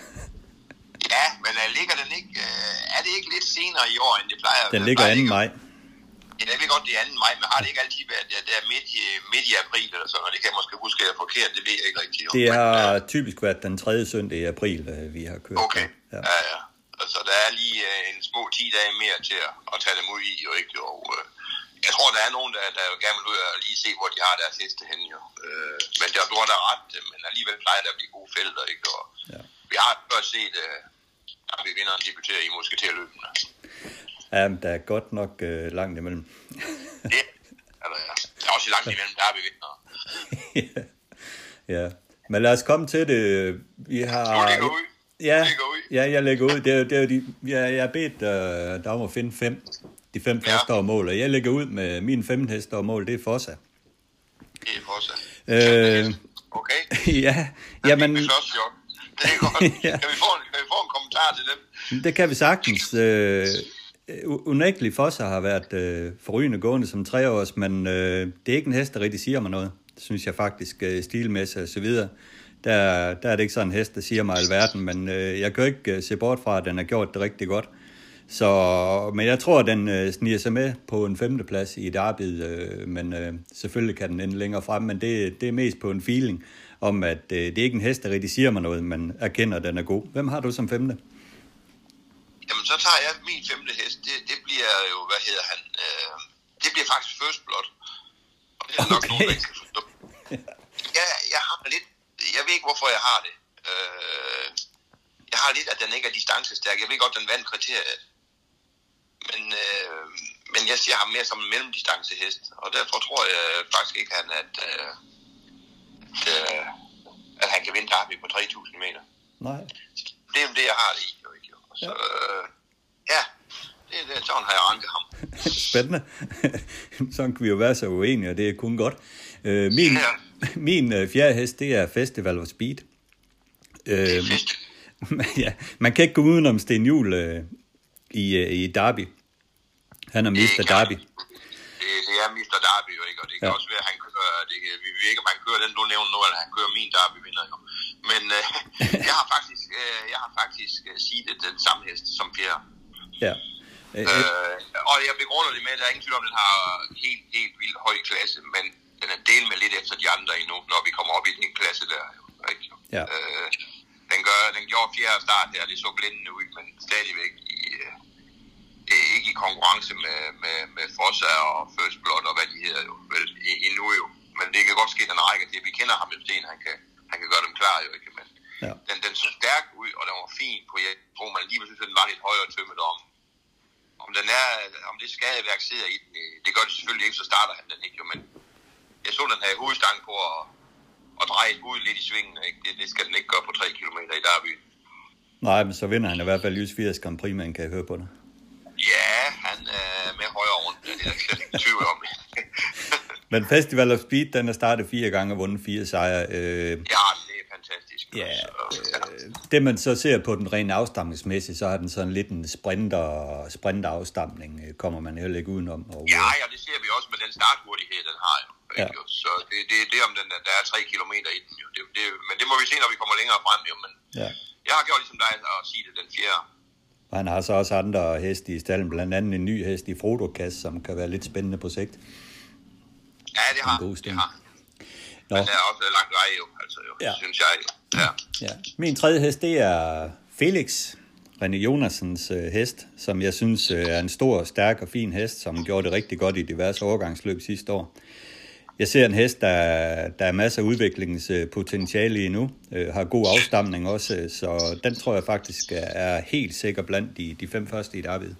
Speaker 6: Ja, men uh, ligger den ikke, uh, er det ikke lidt senere i år, end det plejer?
Speaker 2: Den ligger anden maj.
Speaker 6: Ja, jeg ved godt, det er anden maj, men har det ikke altid været ja, det er midt, i, midt i april eller sådan, og det kan jeg måske huske, at jeg er forkert, det ved jeg ikke rigtigt. Jo.
Speaker 2: Det har
Speaker 6: men, uh,
Speaker 2: typisk været den tredje søndag i april, vi har kørt.
Speaker 6: Okay, ja, ja. ja. Altså, der er lige uh, en små ti dage mere til at, at tage dem ud i, jo ikke? Og, uh, jeg tror, der er nogen, der, der gerne vil ud og lige se, hvor de har deres heste hen, jo. Uh, men der, du har da ret, men alligevel plejer der at blive gode felter, ikke? Og ja. Vi har først set, uh, at vi vinder en debuterer i musketerløbene.
Speaker 2: Ja, der er godt nok uh, langt imellem.
Speaker 6: Ja, altså, ja. Der er også langt imellem, der har vi vinder.
Speaker 2: ja. ja, men lad os komme til det. Vi har...
Speaker 6: Du ligger ud.
Speaker 2: Ja, ja, jeg lægger ud. Det er, det er de, jeg, jeg har bedt uh, der om at finde fem, de fem
Speaker 6: ja.
Speaker 2: første over mål, og jeg lægger ud med mine fem heste over mål, det er Fossa.
Speaker 6: Det er Fossa.
Speaker 2: Øh,
Speaker 6: okay.
Speaker 2: ja, jamen...
Speaker 6: Det er godt. ja. Kan vi få en, kan vi få en kommentar til dem?
Speaker 2: Det kan vi sagtens. Øh, unægteligt Fossa har været øh, forrygende gående som treårs, men øh, det er ikke en hest, der rigtig siger mig noget. Det synes jeg faktisk, øh, stilmæssigt og så videre. Der, der er det ikke sådan en hest, der siger mig alverden, men øh, jeg kan jo ikke øh, se bort fra, at den har gjort det rigtig godt. Så, men jeg tror, at den øh, sniger sig med på en femteplads i derbyet, øh, men øh, selvfølgelig kan den ende længere frem, men det, det er mest på en feeling om, at øh, det er ikke en hest, der rigtig siger mig noget, men erkender, at den er god. Hvem har du som femte?
Speaker 6: Jamen, så tager jeg min femte hest. Det, det bliver jo, hvad hedder han? Øh, det bliver faktisk First Blood. Og det er okay. Nok nogen, der ikke kan forstå. Ja, jeg har lidt... Jeg ved ikke, hvorfor jeg har det. Øh, jeg har lidt, at den ikke er distancestærk. Jeg ved godt, den vandt kriteriet. Men, øh, men jeg ser ham mere som en mellemdistancehest. Og derfor tror jeg faktisk ikke, han, at, øh, at, øh, at han kan vinde derby på tre tusind meter.
Speaker 2: Nej.
Speaker 6: Det er jo det, jeg har det i. Jo, ikke? Så øh, ja, det, det, sådan har jeg ranket ham.
Speaker 2: Spændende. Sådan kan vi jo være så uenige, og det er kun godt. Øh, min... Ja. Min øh, fjerde hest, det er Festival of Speed. Øh, ja, man kan ikke gå udenom Sten Juhl øh, i, øh, i derby. Han er mister derby.
Speaker 6: Det, det det er mister Derby jo, ikke? Og det kan ja. også være, at han kører, det kan, vi ved ikke, om han kører den, du nævner nu, eller han kører min Derby vinder jo. Men øh, jeg har faktisk, øh, jeg har faktisk øh, sidet den samme hest som fjerde.
Speaker 2: Ja.
Speaker 6: Øh, og jeg begrunder det med, at der er ingen tvivl om, den har helt, helt vildt høj klasse, men den er delt med lidt efter de andre endnu, når vi kommer op i den klasse der. Ikke?
Speaker 2: Ja.
Speaker 6: Øh, den, gør, den gjorde fjerde start her, det så blændende ud, men stadigvæk i, øh, ikke i konkurrence med, med, med Fossa og First Blood og hvad de hedder jo, vel, endnu jo. Men det kan godt ske, den rækker til. Vi kender ham jo sten, han kan, han kan gøre dem klar jo, ikke? Men ja. den, den så stærk ud, og den var fin på, jeg tror man lige synes, den var lidt højere tømmet om. Om den er, om det skadeværk sidder i den, det gør det selvfølgelig ikke, så starter han den ikke jo, men jeg så den her hovedstang på at, at dreje hovedet lidt i svingen, ikke? Det, det skal den ikke gøre på tre kilometer i Derby.
Speaker 2: Nej, men så vinder han i hvert fald Jys firs Grand Prix, man kan høre på det.
Speaker 6: Ja, han er med højere rundt, det er der slet ikke tvivl om.
Speaker 2: Men Festival of Speed, den er startet fire gange og vundet fire sejre. Øh...
Speaker 6: Ja, det er fantastisk.
Speaker 2: Ja, øh, det man så ser på den rene afstamningsmæssigt, så har den sådan lidt en sprinter, sprinterafstamning, kommer man heller ikke udenom. Og,
Speaker 6: ja, ja, det ser vi også med den starthurtighed, den har jo. Ja. Jo. Så det, det, det er om den, der er tre kilometer i den jo. Det, det, men det må vi se, når vi kommer længere frem jo. Men ja. Jeg har gjort ligesom dig at sige det, den fjerde.
Speaker 2: Og han har så også andre heste i stallen, blandt andet en ny hest i Frodo-kasse, som kan være lidt spændende på sigt.
Speaker 6: Ja, det har det har. Nå. Men der er også langt vej jo, altså jo, ja. Synes jeg jo. Ja.
Speaker 2: Ja. Min tredje hest, det er Felix, René Jonassens øh, hest, som jeg synes øh, er en stor, stærk og fin hest, som gjorde det rigtig godt i diverse overgangsløb sidste år. Jeg ser en hest, der, der er masser af udviklingspotentiale i nu, øh, har god afstamning også, så den tror jeg faktisk er helt sikker blandt de, de fem første i Derby.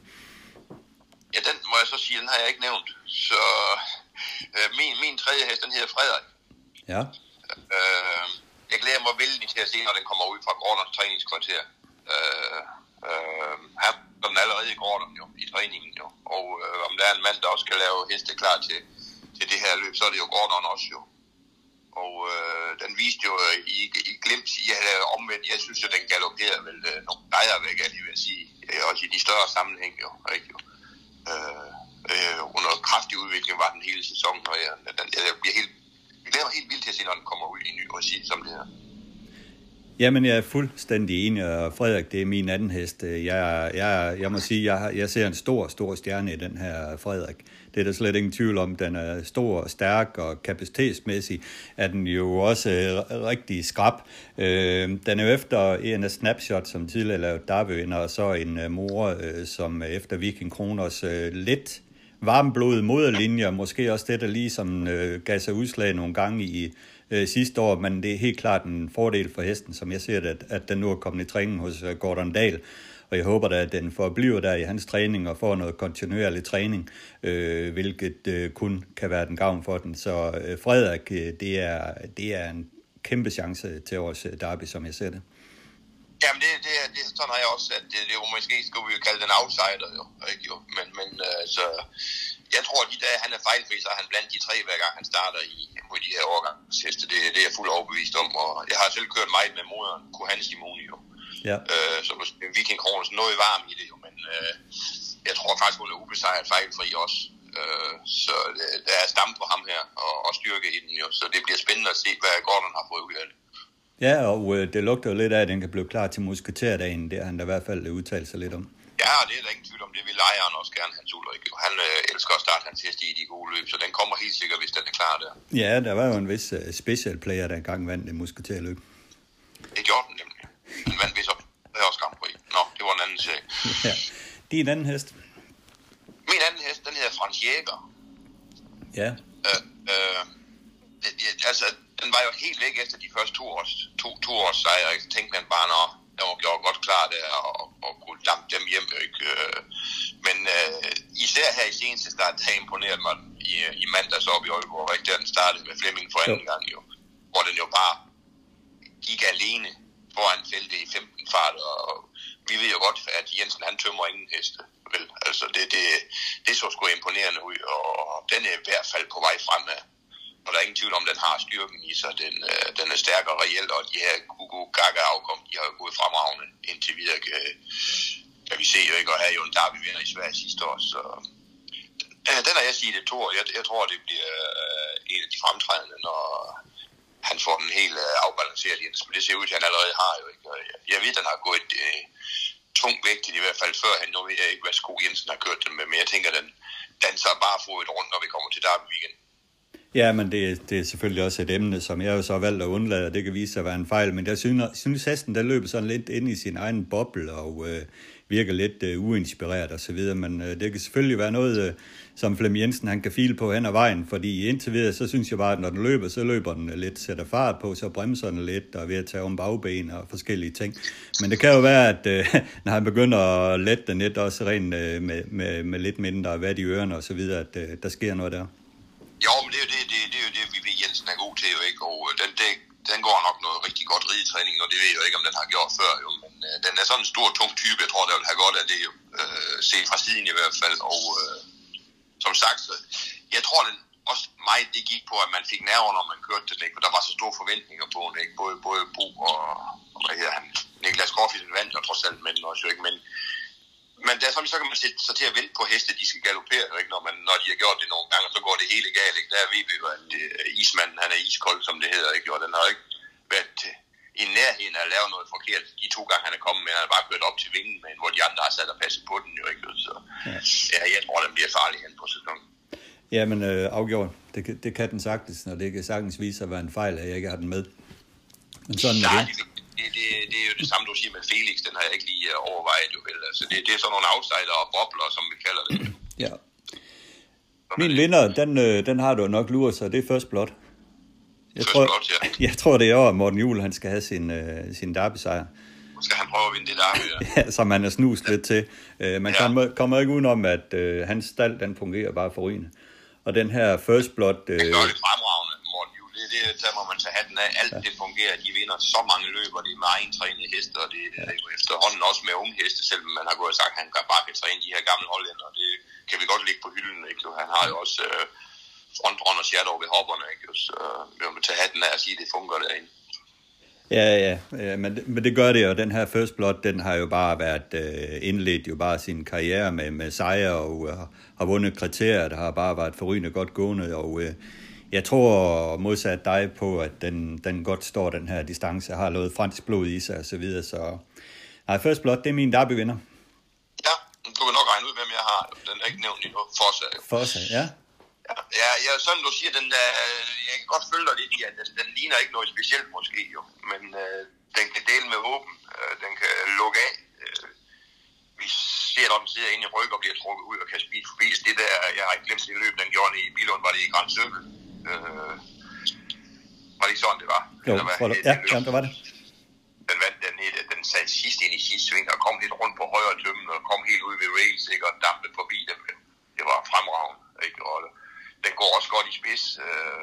Speaker 6: Ja, den må jeg så sige, den har jeg ikke nævnt. Så øh, min, min tredje hest, den hedder Frederik.
Speaker 2: Ja.
Speaker 6: Øh, jeg glæder mig vældig til at se, når den kommer ud fra Gordons træningskvarter. Øh, øh, her er den allerede i Gordon jo, i træningen jo. Og øh, om der er en mand, der også skal lave heste klar til til det her løb, så er det jo Gordon også jo. Og øh, den viste jo i, i glimt, jeg havde omvendt, jeg synes jo, den galopperede vel øh, nogle lejer væk, jeg lige vil sige, øh, også i de større sammenhæng jo, ikke jo. Øh, øh, under kraftig udvikling var den hele sæsonen, og jeg, den, jeg bliver helt, jeg glæder mig helt vildt til at se, når den kommer ud i ny regi som det her.
Speaker 2: Jamen, jeg er fuldstændig enig, og Frederik, det er min anden hest. Jeg, jeg, jeg må sige, jeg, jeg ser en stor, stor stjerne i den her Frederik. Det er der slet ingen tvivl om. Den er stor og stærk, og kapacitetsmæssigt er den jo også rigtig skrap. Øh, den er jo efter en af Snapshot, som tidligere lavede Derby-vinder, og så en uh, mor, uh, som efter Viking Kroners uh, lidt varmblodet moderlinjer, måske også det, der ligesom uh, gav sig udslag nogle gange i uh, sidste år, men det er helt klart en fordel for hesten, som jeg ser det, at, at den nu er kommet i træning hos uh, Gordon Dahl. Og jeg håber da, at den forbliver der i hans træning og får noget kontinuerlig træning, øh, hvilket øh, kun kan være den gavn for den. Så øh, Frederik, øh, det, er, det er en kæmpe chance til vores Derby, som jeg ser det.
Speaker 6: Jamen, det, det, det sådan har jeg også sat. Det, det er jo måske, skulle vi jo kalde den outsider, jo. Ikke, jo. Men, men øh, så, jeg tror, at de dage, han er fejlfri, så er han blandt de tre, hver gang han starter i på de her årgangsheste. Det, det er jeg fuldt overbevist om. Og jeg har selv kørt meget med moderen, Kuhan Simoni, jo. Ja. Øh, så Viking Kroners noget varm i det jo, men øh, jeg tror faktisk, hun er ubesejret fejlfri også. Øh, så det, der er stam på ham her, og, og styrke i den jo, så det bliver spændende at se, hvad Gordon har fået ud af det.
Speaker 2: Ja, og øh, det lugter jo lidt af, at den kan blive klar til musketerdagen, det har han da i hvert fald udtalt sig lidt om.
Speaker 6: Ja, det er der ingen tvivl om, det vil lejeren også gerne, Hans Ulrik. Han øh, elsker at starte hans heste i de gode løb, så den kommer helt sikkert, hvis den er klar der.
Speaker 2: Ja, der var jo en vis uh, special player, der engang vandt det musketerløb.
Speaker 6: Det gjorde den nemlig. Han vandt vist op. Det er også Grand Prix. Nå, det var en anden serie.
Speaker 2: Ja. Din anden hest?
Speaker 6: Min anden hest, den hedder Franz Jäger.
Speaker 2: Ja.
Speaker 6: Øh, øh, det, det, altså, den var jo helt væk efter de første to års, to, to års sejre. Så tænkte man bare, når den var gjort godt klar der, og, og kunne dampe dem hjem. Ikke? Men øh, især her i seneste start, der imponerede mig i, i mandags oppe i Aalborg, ikke? Der den startede med Flemming for anden gang, jo. Hvor den jo bare gik alene foran feltet i femten fart, og vi ved jo godt, at Jensen han tømmer ingen heste, vel? Altså det, det, det så sgu imponerende ud, og den er i hvert fald på vej fremad. Og der er ingen tvivl om, den har styrken i sig, den, den er stærk og reelt, og de her Kugo Gaga afkom, de har jo gået fremragende indtil videre, kan, kan vi se jo ikke, og havde jo en derby-vinder i Sverige sidste år, så Øh, den er jeg siger det, Thor. Jeg, jeg tror, det bliver øh, en af de fremtrædende, når han får den helt øh, afbalanceret. Men det ser ud til, at han allerede har jo ikke. Jeg, jeg ved, at han har gået øh, tungt vægtigt, i hvert fald før han. Nu ved jeg ikke, hvad Sko Jensen har kørt den med, men jeg tænker, den danser bare fået rundt, når vi kommer til Derby weekend.
Speaker 2: Ja, men det, det er selvfølgelig også et emne, som jeg jo så har valgt at undlade, og det kan vise sig at være en fejl. Men jeg synes, synes hesten, der løber sådan lidt ind i sin egen boble og øh, virker lidt øh, uinspireret og så videre. Men øh, det kan selvfølgelig være noget, øh, som Flemming Jensen han kan file på hen ad vejen. Fordi indtil videre, så synes jeg bare, at når den løber, så løber den lidt, sætter fart på, så bremser den lidt og er ved at tage om bagben og forskellige ting. Men det kan jo være, at øh, når han begynder at lette den lidt også rent øh, med, med, med lidt mindre vat i ørerne og så videre, at øh, der sker noget der.
Speaker 6: Jo, men det er jo det, det, det, er jo det vi ved, Jensen er god til jo ikke, og den, det, den går nok noget rigtig godt ridetræning, og det ved jeg jo ikke, om den har gjort før jo, men øh, den er sådan en stor, tung type, jeg tror, der vil have godt af det jo, øh, set fra siden i hvert fald, og øh, som sagt, så, jeg tror den også meget, det gik på, at man fik nerver, når man kørte den, ikke, for der var så store forventninger på den, ikke, både, både Bo og, og hvad hedder han, Niklas Korfisen vandt jo trods alt med den også jo ikke, men Men der, så kan man sætte sig til at vente på heste, de skal galopere, ikke? Når, man, når de har gjort det nogle gange, så går det hele galt. Ikke? Der ved vi jo, at uh, ismanden han er iskold, som det hedder, ikke? Og den har ikke været i nærheden af at lave noget forkert de to gange, han er kommet med. Han har bare kørt op til vingen, men hvor de andre har sat og passet på den. Jo, ikke? Så ja, jeg tror, den bliver farlig hen på sæsonen.
Speaker 2: Ja, men øh, afgjort. Det, det kan den sagtens, når det kan sagtens vise sig at være en fejl, at jeg ikke har den med. Men sådan er det.
Speaker 6: Det, det, det er jo det samme, du siger med Felix. Den har jeg ikke lige overvejet jo vel. Altså, det, det er sådan nogle outsider og bobler, som vi kalder det.
Speaker 2: Ja. Min vinder, den, den har du nok luret sig. Det er First Blood. Jeg
Speaker 6: First
Speaker 2: tror,
Speaker 6: Blood, ja.
Speaker 2: Jeg tror, det er år, Morten Juhl, han skal have sin, uh, sin derby-sejr.
Speaker 6: Skal han prøve at vinde det derby, ja.
Speaker 2: Ja, som han er snust lidt til. Uh, man ja. kommer, kommer ikke udenom, at uh, hans stald, den fungerer bare forrygende. Og den her First Blood... Uh,
Speaker 6: det gør det fremragende. Det, det, der må man tage hatten af. Alt ja. Det fungerer. De vinder så mange løber. Det er med egentrænede heste, og det er jo efterhånden også med unge heste, selvom man har gået og sagt, at han kan bare kan træne de her gamle hollænder. Det kan vi godt lægge på hylden. Ikke? Han har jo også øh, frontrunner shadow ved hopperne. Ikke? Så øh, må man tage hatten af og sige, at det fungerer derinde.
Speaker 2: Ja, ja, ja men, men det gør det, og den her First Blood, den har jo bare været øh, indledt jo bare sin karriere med, med sejre, og øh, har vundet kriterier, der har bare været forrygende godt gående, og øh, jeg tror modsat dig på, at den, den godt står den her distance, har noget fransk blod i sig og så videre, så nej, First Blood, det er min derbyvinder.
Speaker 6: Ja, du kan nok regne ud, hvem jeg har. Den er ikke nævnt endnu. Forza.
Speaker 2: Forza, ja.
Speaker 6: Ja, ja, ja, sådan du siger, den der, jeg kan godt følge dig lidt i, at den, den ligner ikke noget specielt måske jo, men øh, den kan dele med åben, øh, den kan lukke af. Øh, vi ser, når den sidder inde i ryg og bliver trukket ud og kan speede forbi. Det der, jeg har ikke glemt det løb, den gjorde i Billund, var det i Grand Circle. Øh, var det ikke sådan, det var?
Speaker 2: Jo,
Speaker 6: var,
Speaker 2: det, ja, ja, det var det.
Speaker 6: Den vandt den, den sad sidst ind i sidste sving og kom lidt rundt på højre tømmen og kom helt ud ved rails, ikke, og dampede forbi dem. Det var fremragende, ikke? Og den går også godt i spids. Øh,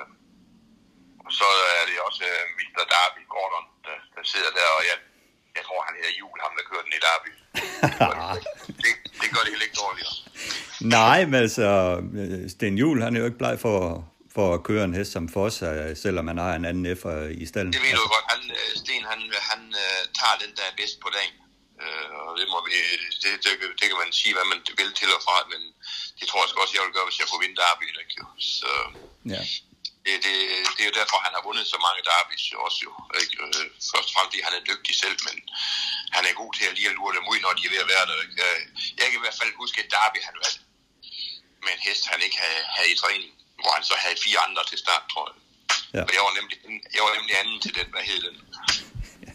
Speaker 6: og så er det også øh, mister Derby Gordon, der, der sidder der, og jeg, jeg tror, han hedder Juhl, ham der kører den i Derby. det, det gør det heller ikke dårligere.
Speaker 2: Nej, men altså, Sten Juhl, han er jo ikke bleg for, for at køre en hest som Forza, selvom han har en anden effer i stallen.
Speaker 6: Det ved du godt. Han, Sten, han, han uh, tager den, der er bedst på dagen. Uh, og det, må vi, det, det, det kan man sige, hvad man vil til og fra, men det tror jeg også, jeg vil gøre, hvis jeg får vinde derby. Ikke? Så
Speaker 2: ja.
Speaker 6: det, det, det er jo derfor, han har vundet så mange derbys også jo. Ikke? Først og fremmest, fordi han er dygtig selv, men han er god til at lige at lure dem ud, når de er ved at være der. Ikke? Jeg kan i hvert fald huske et derby, han valgte med en hest, han ikke havde, havde i træning, hvor han så havde fire andre til start, tror jeg. Ja. Og jeg var, nemlig, jeg var nemlig anden til den, hvad hed den? Ja.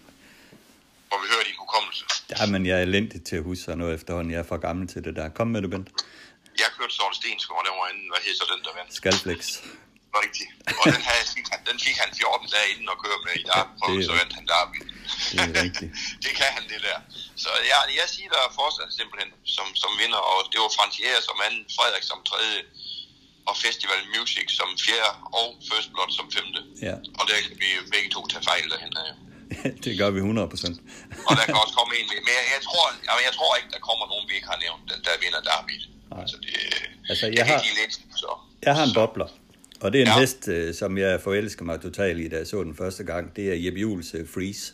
Speaker 6: Hvor vi hører din hukommelse.
Speaker 2: Ja, men jeg er elendig til at huske noget efterhånden. Jeg er for gammel til det der. Kom med det, Bent.
Speaker 6: Jeg kørte Sorte Stensgaard, der var anden. Hvad hed så den, der vandt?
Speaker 2: Skalflex.
Speaker 6: Rigtigt. Og den, havde, den fik han fjorten dage inden at køre med i Derby, og så vandt han Derby.
Speaker 2: Det er rigtigt.
Speaker 6: Det kan han, det der. Så ja, jeg siger, der er fortsat simpelthen som, som vinder, og det var Francière som anden, Frederik som tredje, og Festival Music som fjerde, og First Blood som femte.
Speaker 2: Ja.
Speaker 6: Og der kan vi begge to tage fejl derhen af.
Speaker 2: Det gør vi hundrede procent.
Speaker 6: Og der kan også komme en med. Men jeg, jeg, tror, jeg, jeg tror ikke, der kommer nogen, vi ikke har nævnt, der, der vinder Derby. Altså, det,
Speaker 2: altså, jeg, har,
Speaker 6: lidt, så.
Speaker 2: jeg har en bobler. Og det er en
Speaker 6: ja.
Speaker 2: hest, som jeg forelsker mig totalt i, da jeg så den første gang. Det er Jeppe Juhls uh, Freeze.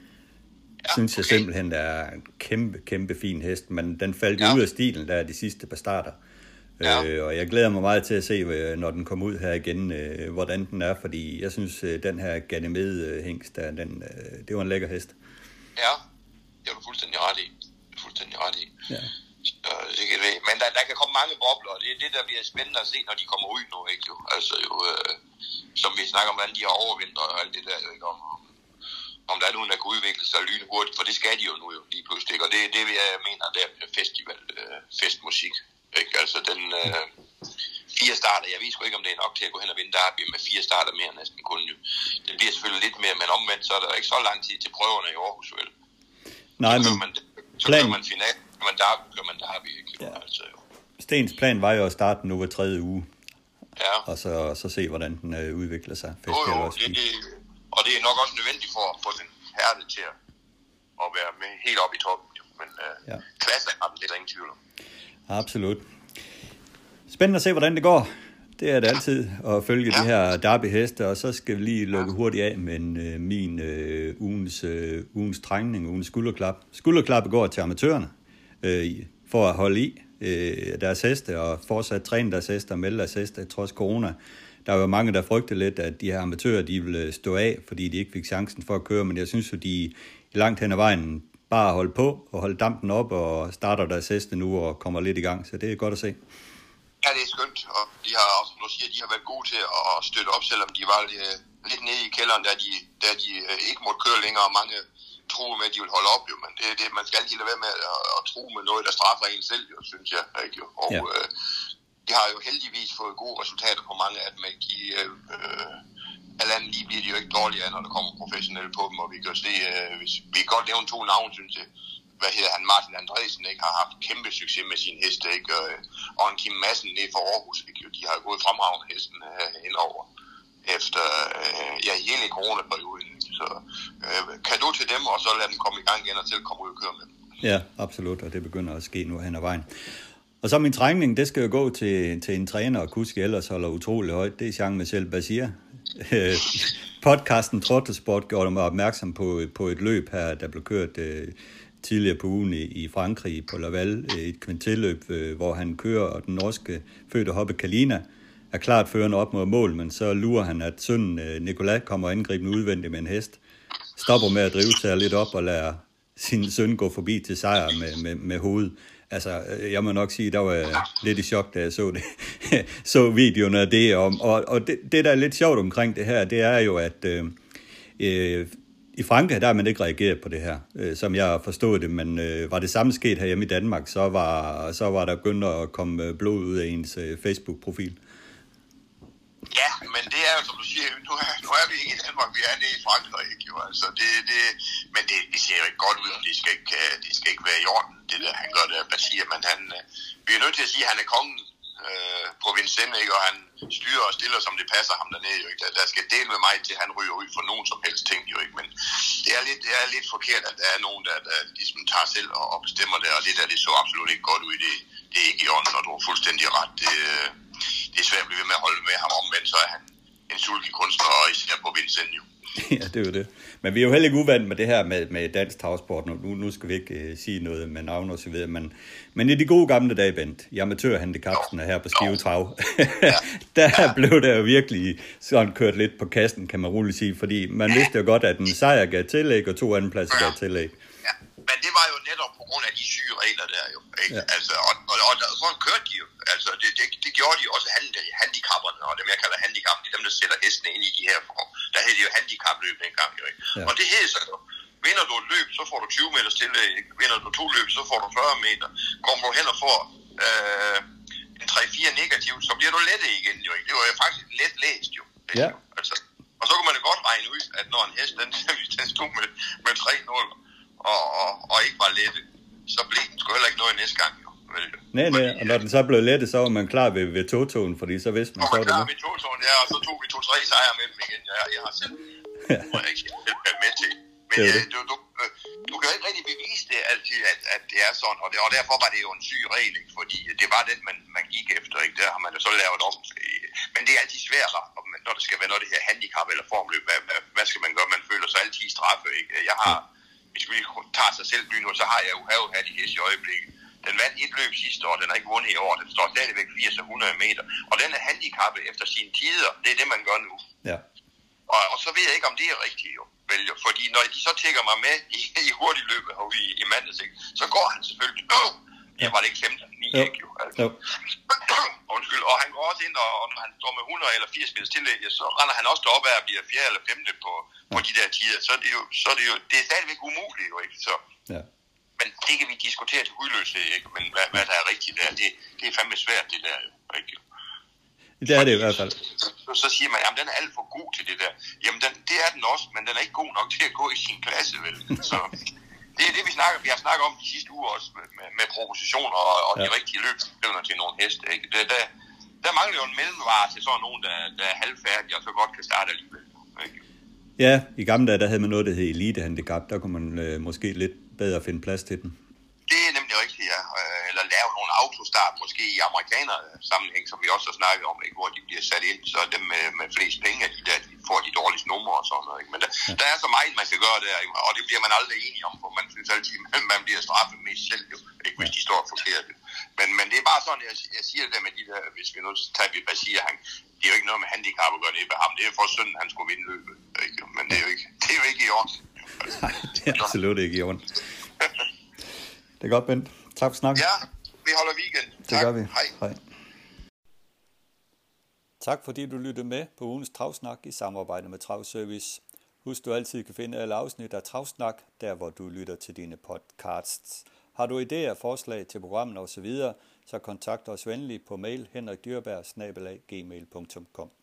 Speaker 2: Ja, synes jeg okay. simpelthen er en kæmpe, kæmpe fin hest, men den faldt ja. ud af stilen der de sidste par starter. Ja. Øh, og jeg glæder mig meget til at se, når den kommer ud her igen, øh, hvordan den er, fordi jeg synes, øh, den her Ganymede-hængst, der, den, øh, det var en lækker hest.
Speaker 6: Ja, det er du fuldstændig ret i. Fuldstændig ret i.
Speaker 2: Ja.
Speaker 6: Så, det kan det. Men der, der kan komme mange bobler, og det er det, der bliver spændende at se, når de kommer ud nu, ikke jo? Altså jo, øh, som vi snakker om, hvordan de har overvintret og alt det der, ikke? Om, om der er nogen, der kan udvikle sig lynhurtigt, for det skal de jo nu jo lige pludselig, ikke? Og det er det, jeg mener, der er festival, øh, festmusik, ikke? Altså den øh, fire starter, jeg ved sgu ikke, om det er nok til at gå hen og vinde derby med fire starter mere næsten kun jo. Det bliver selvfølgelig lidt mere, men omvendt, så er der ikke så lang tid til prøverne i Aarhus, vel?
Speaker 2: Nej,
Speaker 6: så
Speaker 2: men
Speaker 6: man, så plan... man final, man derby, gør man derby, ikke?
Speaker 2: Ja.
Speaker 6: Altså, jo.
Speaker 2: Stens plan var jo at starte nu hver tredje uge,
Speaker 6: ja.
Speaker 2: og så, så se, hvordan den øh, udvikler sig.
Speaker 6: Jo, jo, det, det, og det er nok også nødvendigt for at få den hærde til at, at være med helt op i toppen. Jo. Men øh, ja. Klasse har den, det er der ingen tvivl om.
Speaker 2: Absolut. Spændende at se, hvordan det går. Det er det altid at følge ja. de her derby-heste, og så skal vi lige lukke hurtigt af med en, øh, min øh, ugens, øh, ugens trængning, ugens skulderklap. Skulderklappet går til amatørerne øh, for at holde i øh, deres heste og fortsat træne deres heste og melde deres heste trods corona. Der var mange, der frygtede lidt, at de her amatører de ville stå af, fordi de ikke fik chancen for at køre, men jeg synes jo, de i langt hen ad vejen bare holder på og holder dampen op og starter deres heste nu og kommer lidt i gang, så det er godt at se.
Speaker 6: Ja, det er skønt, og de har også, som du siger, de har været gode til at støtte op, selvom de var lidt, lidt nede i kælderen, da de, da de ikke måtte køre længere, og mange troede med, at de ville holde op, jo. Men det, det, man skal altid lade være med at, at tro med noget, der straffer en selv, jo, synes jeg. Ikke, jo. Og ja. øh, de har jo heldigvis fået gode resultater på mange af dem, ikke? De, øh, alt andet lige bliver de jo ikke dårligere, når der kommer professionelle på dem, og vi kan se, øh, hvis, vi kan godt nævne to navne, synes jeg. Hvad hedder han, Martin Andresen, ikke, har haft kæmpe succes med sine heste, ikke, og en Kim Madsen ned fra Aarhus, ikke, de har gået fremragende hesten uh, indover efter, uh, ja, hele coronaperioden, så uh, kado til dem, og så lade dem komme i gang igen, og til at komme ud og køre med dem.
Speaker 2: Ja, absolut, og det begynder at ske nu hen ad vejen. Og så min træning, det skal jo gå til, til en træner, og Kuski ellers holder utrolig højt, det er Jean-Michel Basir. Podcasten Trottosport gjorde mig opmærksom på, på et løb her, der blev kørt uh, tidligere på ugen i, i Frankrig på Laval, et kvintelløb, øh, hvor han kører, og den norske fødte hoppe Kalina er klart førende op mod mål, men så lurer han, at sønnen øh, Nicolas kommer angribende udvendigt med en hest, stopper med at drive sig lidt op og lader sin søn gå forbi til sejr med, med, med hovedet. Altså, jeg må nok sige, der var jeg lidt i chok, da jeg så det. så videoen af det, og, og, og det, det, der er lidt sjovt omkring det her, det er jo, at øh, øh, i Frankrig, der har man ikke reageret på det her, øh, som jeg forstod det, men øh, var det samme sket herhjemme i Danmark, så var, så var der begyndt at komme blod ud af ens øh, Facebook-profil.
Speaker 6: Ja, men det er jo, som du siger, nu er, nu er vi ikke i Danmark, vi er nede i Frankrig, ikke jo, altså det, det, men det, det ser jo ikke godt ud, og det skal ikke, det skal ikke være i orden, det der, han gør det, Basir, men han, vi er nødt til at sige, at han er kongen øh, på Vincennes, ikke, og han styrer og stiller, som det passer ham dernede, jo ikke, der, der skal dele med mig til, at han ryger ud for nogen som helst ting, jo ikke, men det er lidt, det er lidt forkert, at der er nogen, der, der ligesom tager selv og, og bestemmer det, og det der, det så absolut ikke godt ud, det, det er ikke i orden, og du har fuldstændig ret, det, det er svært at blive ved med at holde med ham, omvendt så er han en sulken kunstner, og især på Vincennes jo.
Speaker 2: Ja, det er jo det. Men vi er jo heller ikke uvant med det her med, med dansk travsport. Nu, nu skal vi ikke uh, sige noget med navn og så videre, men, men i de gode gamle dage, Bent, i amatørhandicapsen her på Skive Trav, ja. der ja. blev der jo virkelig sådan kørt lidt på kassen, kan man roligt sige, fordi man ja. vidste jo godt, at en sejr gav tillæg, og to anden pladser ja. gav tillæg.
Speaker 6: Ja. Men det var jo netop på grund af de syge regler der jo, ikke? Ja. Altså, og, og, og, og sådan kørte de jo. Altså, det, det, det gjorde de også handicapperne, og dem jeg kalder handicap, de dem, der sætter hestene ind i de her form. Der hed de jo handicapløb dengang, jo ikke? Ja. Og det hed så jo, vinder du et løb, så får du tyve meter stille, vinder du to løb, så får du fyrre meter. Kommer du hen og får øh, en tre fire negativt, så bliver du lettet igen, jo ikke? Det var jo faktisk let læst, jo.
Speaker 2: Ja.
Speaker 6: Altså, og så kunne man jo godt regne ud, at når en hest, den, den stod med, med tre nul, og, og, og ikke var lette, så blev den sgu heller ikke noget næste gang, jo.
Speaker 2: Nej, nej, og når den så blev lettet, så var man klar ved, ved togtogen, fordi så vidste man,
Speaker 6: så
Speaker 2: var det
Speaker 6: klar ved togtogen, ja, og så tog vi to-tre sejre med dem igen. Ja, jeg har selv, må jeg ikke selv været med til. Men det det. Du, du, du kan jo ikke rigtig bevise det altid, at, at det er sådan, og, det, og derfor var det jo en syg regel, ikke? Fordi det var den, man, man gik efter, ikke? Der har man jo så lavet om. Men det er altid svært, når det skal være noget det her handicap eller formløb. Hvad, hvad, hvad skal man gøre? Man føler sig altid straffe, ikke? Jeg har, hvis vi tager sig selv byen, så har jeg jo havet her de heste i øjeblikket. Den vandt et løb sidste år, den har ikke vundet i år. Den står stadigvæk firs og hundrede meter. Og den er handicappet efter sine tider. Det er det, man gør nu.
Speaker 2: Ja.
Speaker 6: Og, og så ved jeg ikke, om det er rigtigt jo. Vel, jo. Fordi når de så tækker mig med i, i hurtigt løbet herude i, i mandags, ikke? Så går han selvfølgelig... Øh, ja, var det ikke femten ni
Speaker 2: jo.
Speaker 6: Ikke, jo, altså.
Speaker 2: jo.
Speaker 6: Undskyld. Og han går også ind, og, og når han står med hundrede eller firs meters tillæg, så render han også deroppe af at blive fjerde eller femte på, ja. på de der tider. Så er det jo, så er det jo, det er stadigvæk umuligt jo, ikke? Så,
Speaker 2: ja.
Speaker 6: Men det kan vi diskutere til hudløshed, ikke? Men hvad, hvad der er rigtigt der, det, det er fandme svært, det der, ikke?
Speaker 2: Det er det i hvert fald.
Speaker 6: Så, så siger man, jamen den er alt for god til det der. Jamen den, det er den også, men den er ikke god nok til at gå i sin klasse, vel? Så det er det, vi snakker, vi har snakket om de sidste uger også, med, med, med propositioner og, og ja. de rigtige løbsstævner til nogle heste, ikke? Det, der, der mangler jo en mellemvare til sådan nogen, der, der er halvfærdige og så godt kan starte alligevel, ikke?
Speaker 2: Ja, i gamle dage, der havde man noget, der hed elitehandicap. Der kunne man øh, måske lidt bedre finde plads til den.
Speaker 6: Det er nemlig rigtigt, ja. Eller lave nogle autostart, måske i amerikaner sammenhæng, som vi også har snakket om, ikke? Hvor de bliver sat ind, så dem med, med flest penge, de der, de får de dårligste numre og sådan noget, ikke? Men der, ja. der er så meget, man kan gøre der, ikke? Og det bliver man aldrig enige om, for man synes altid, at man bliver straffet mest selv, jo, ikke? Hvis de står forkert. Men, men det er bare sådan, jeg, jeg siger det der med de der, hvis vi nu tager vi Basir, han, det er jo ikke noget med handicap at gøre det ved ham, det er for synden, han skulle vinde løbet, ikke? Men det er jo ikke, det er jo ikke i orden.
Speaker 2: Nej, det er absolut ikke i orden. Det er godt, Bent. Tak for snakken.
Speaker 6: Ja, vi holder weekend.
Speaker 2: Det
Speaker 6: tak.
Speaker 2: gør vi.
Speaker 6: Hej.
Speaker 2: Hej. Tak fordi du lyttede med på ugens Travsnak i samarbejde med Travservice. Husk, du altid kan finde alle afsnit af Travsnak, der hvor du lytter til dine podcasts. Har du idéer, forslag til programmet osv., så kontakt os venligt på mail henrik dyrberg snabel-a gmail punktum com.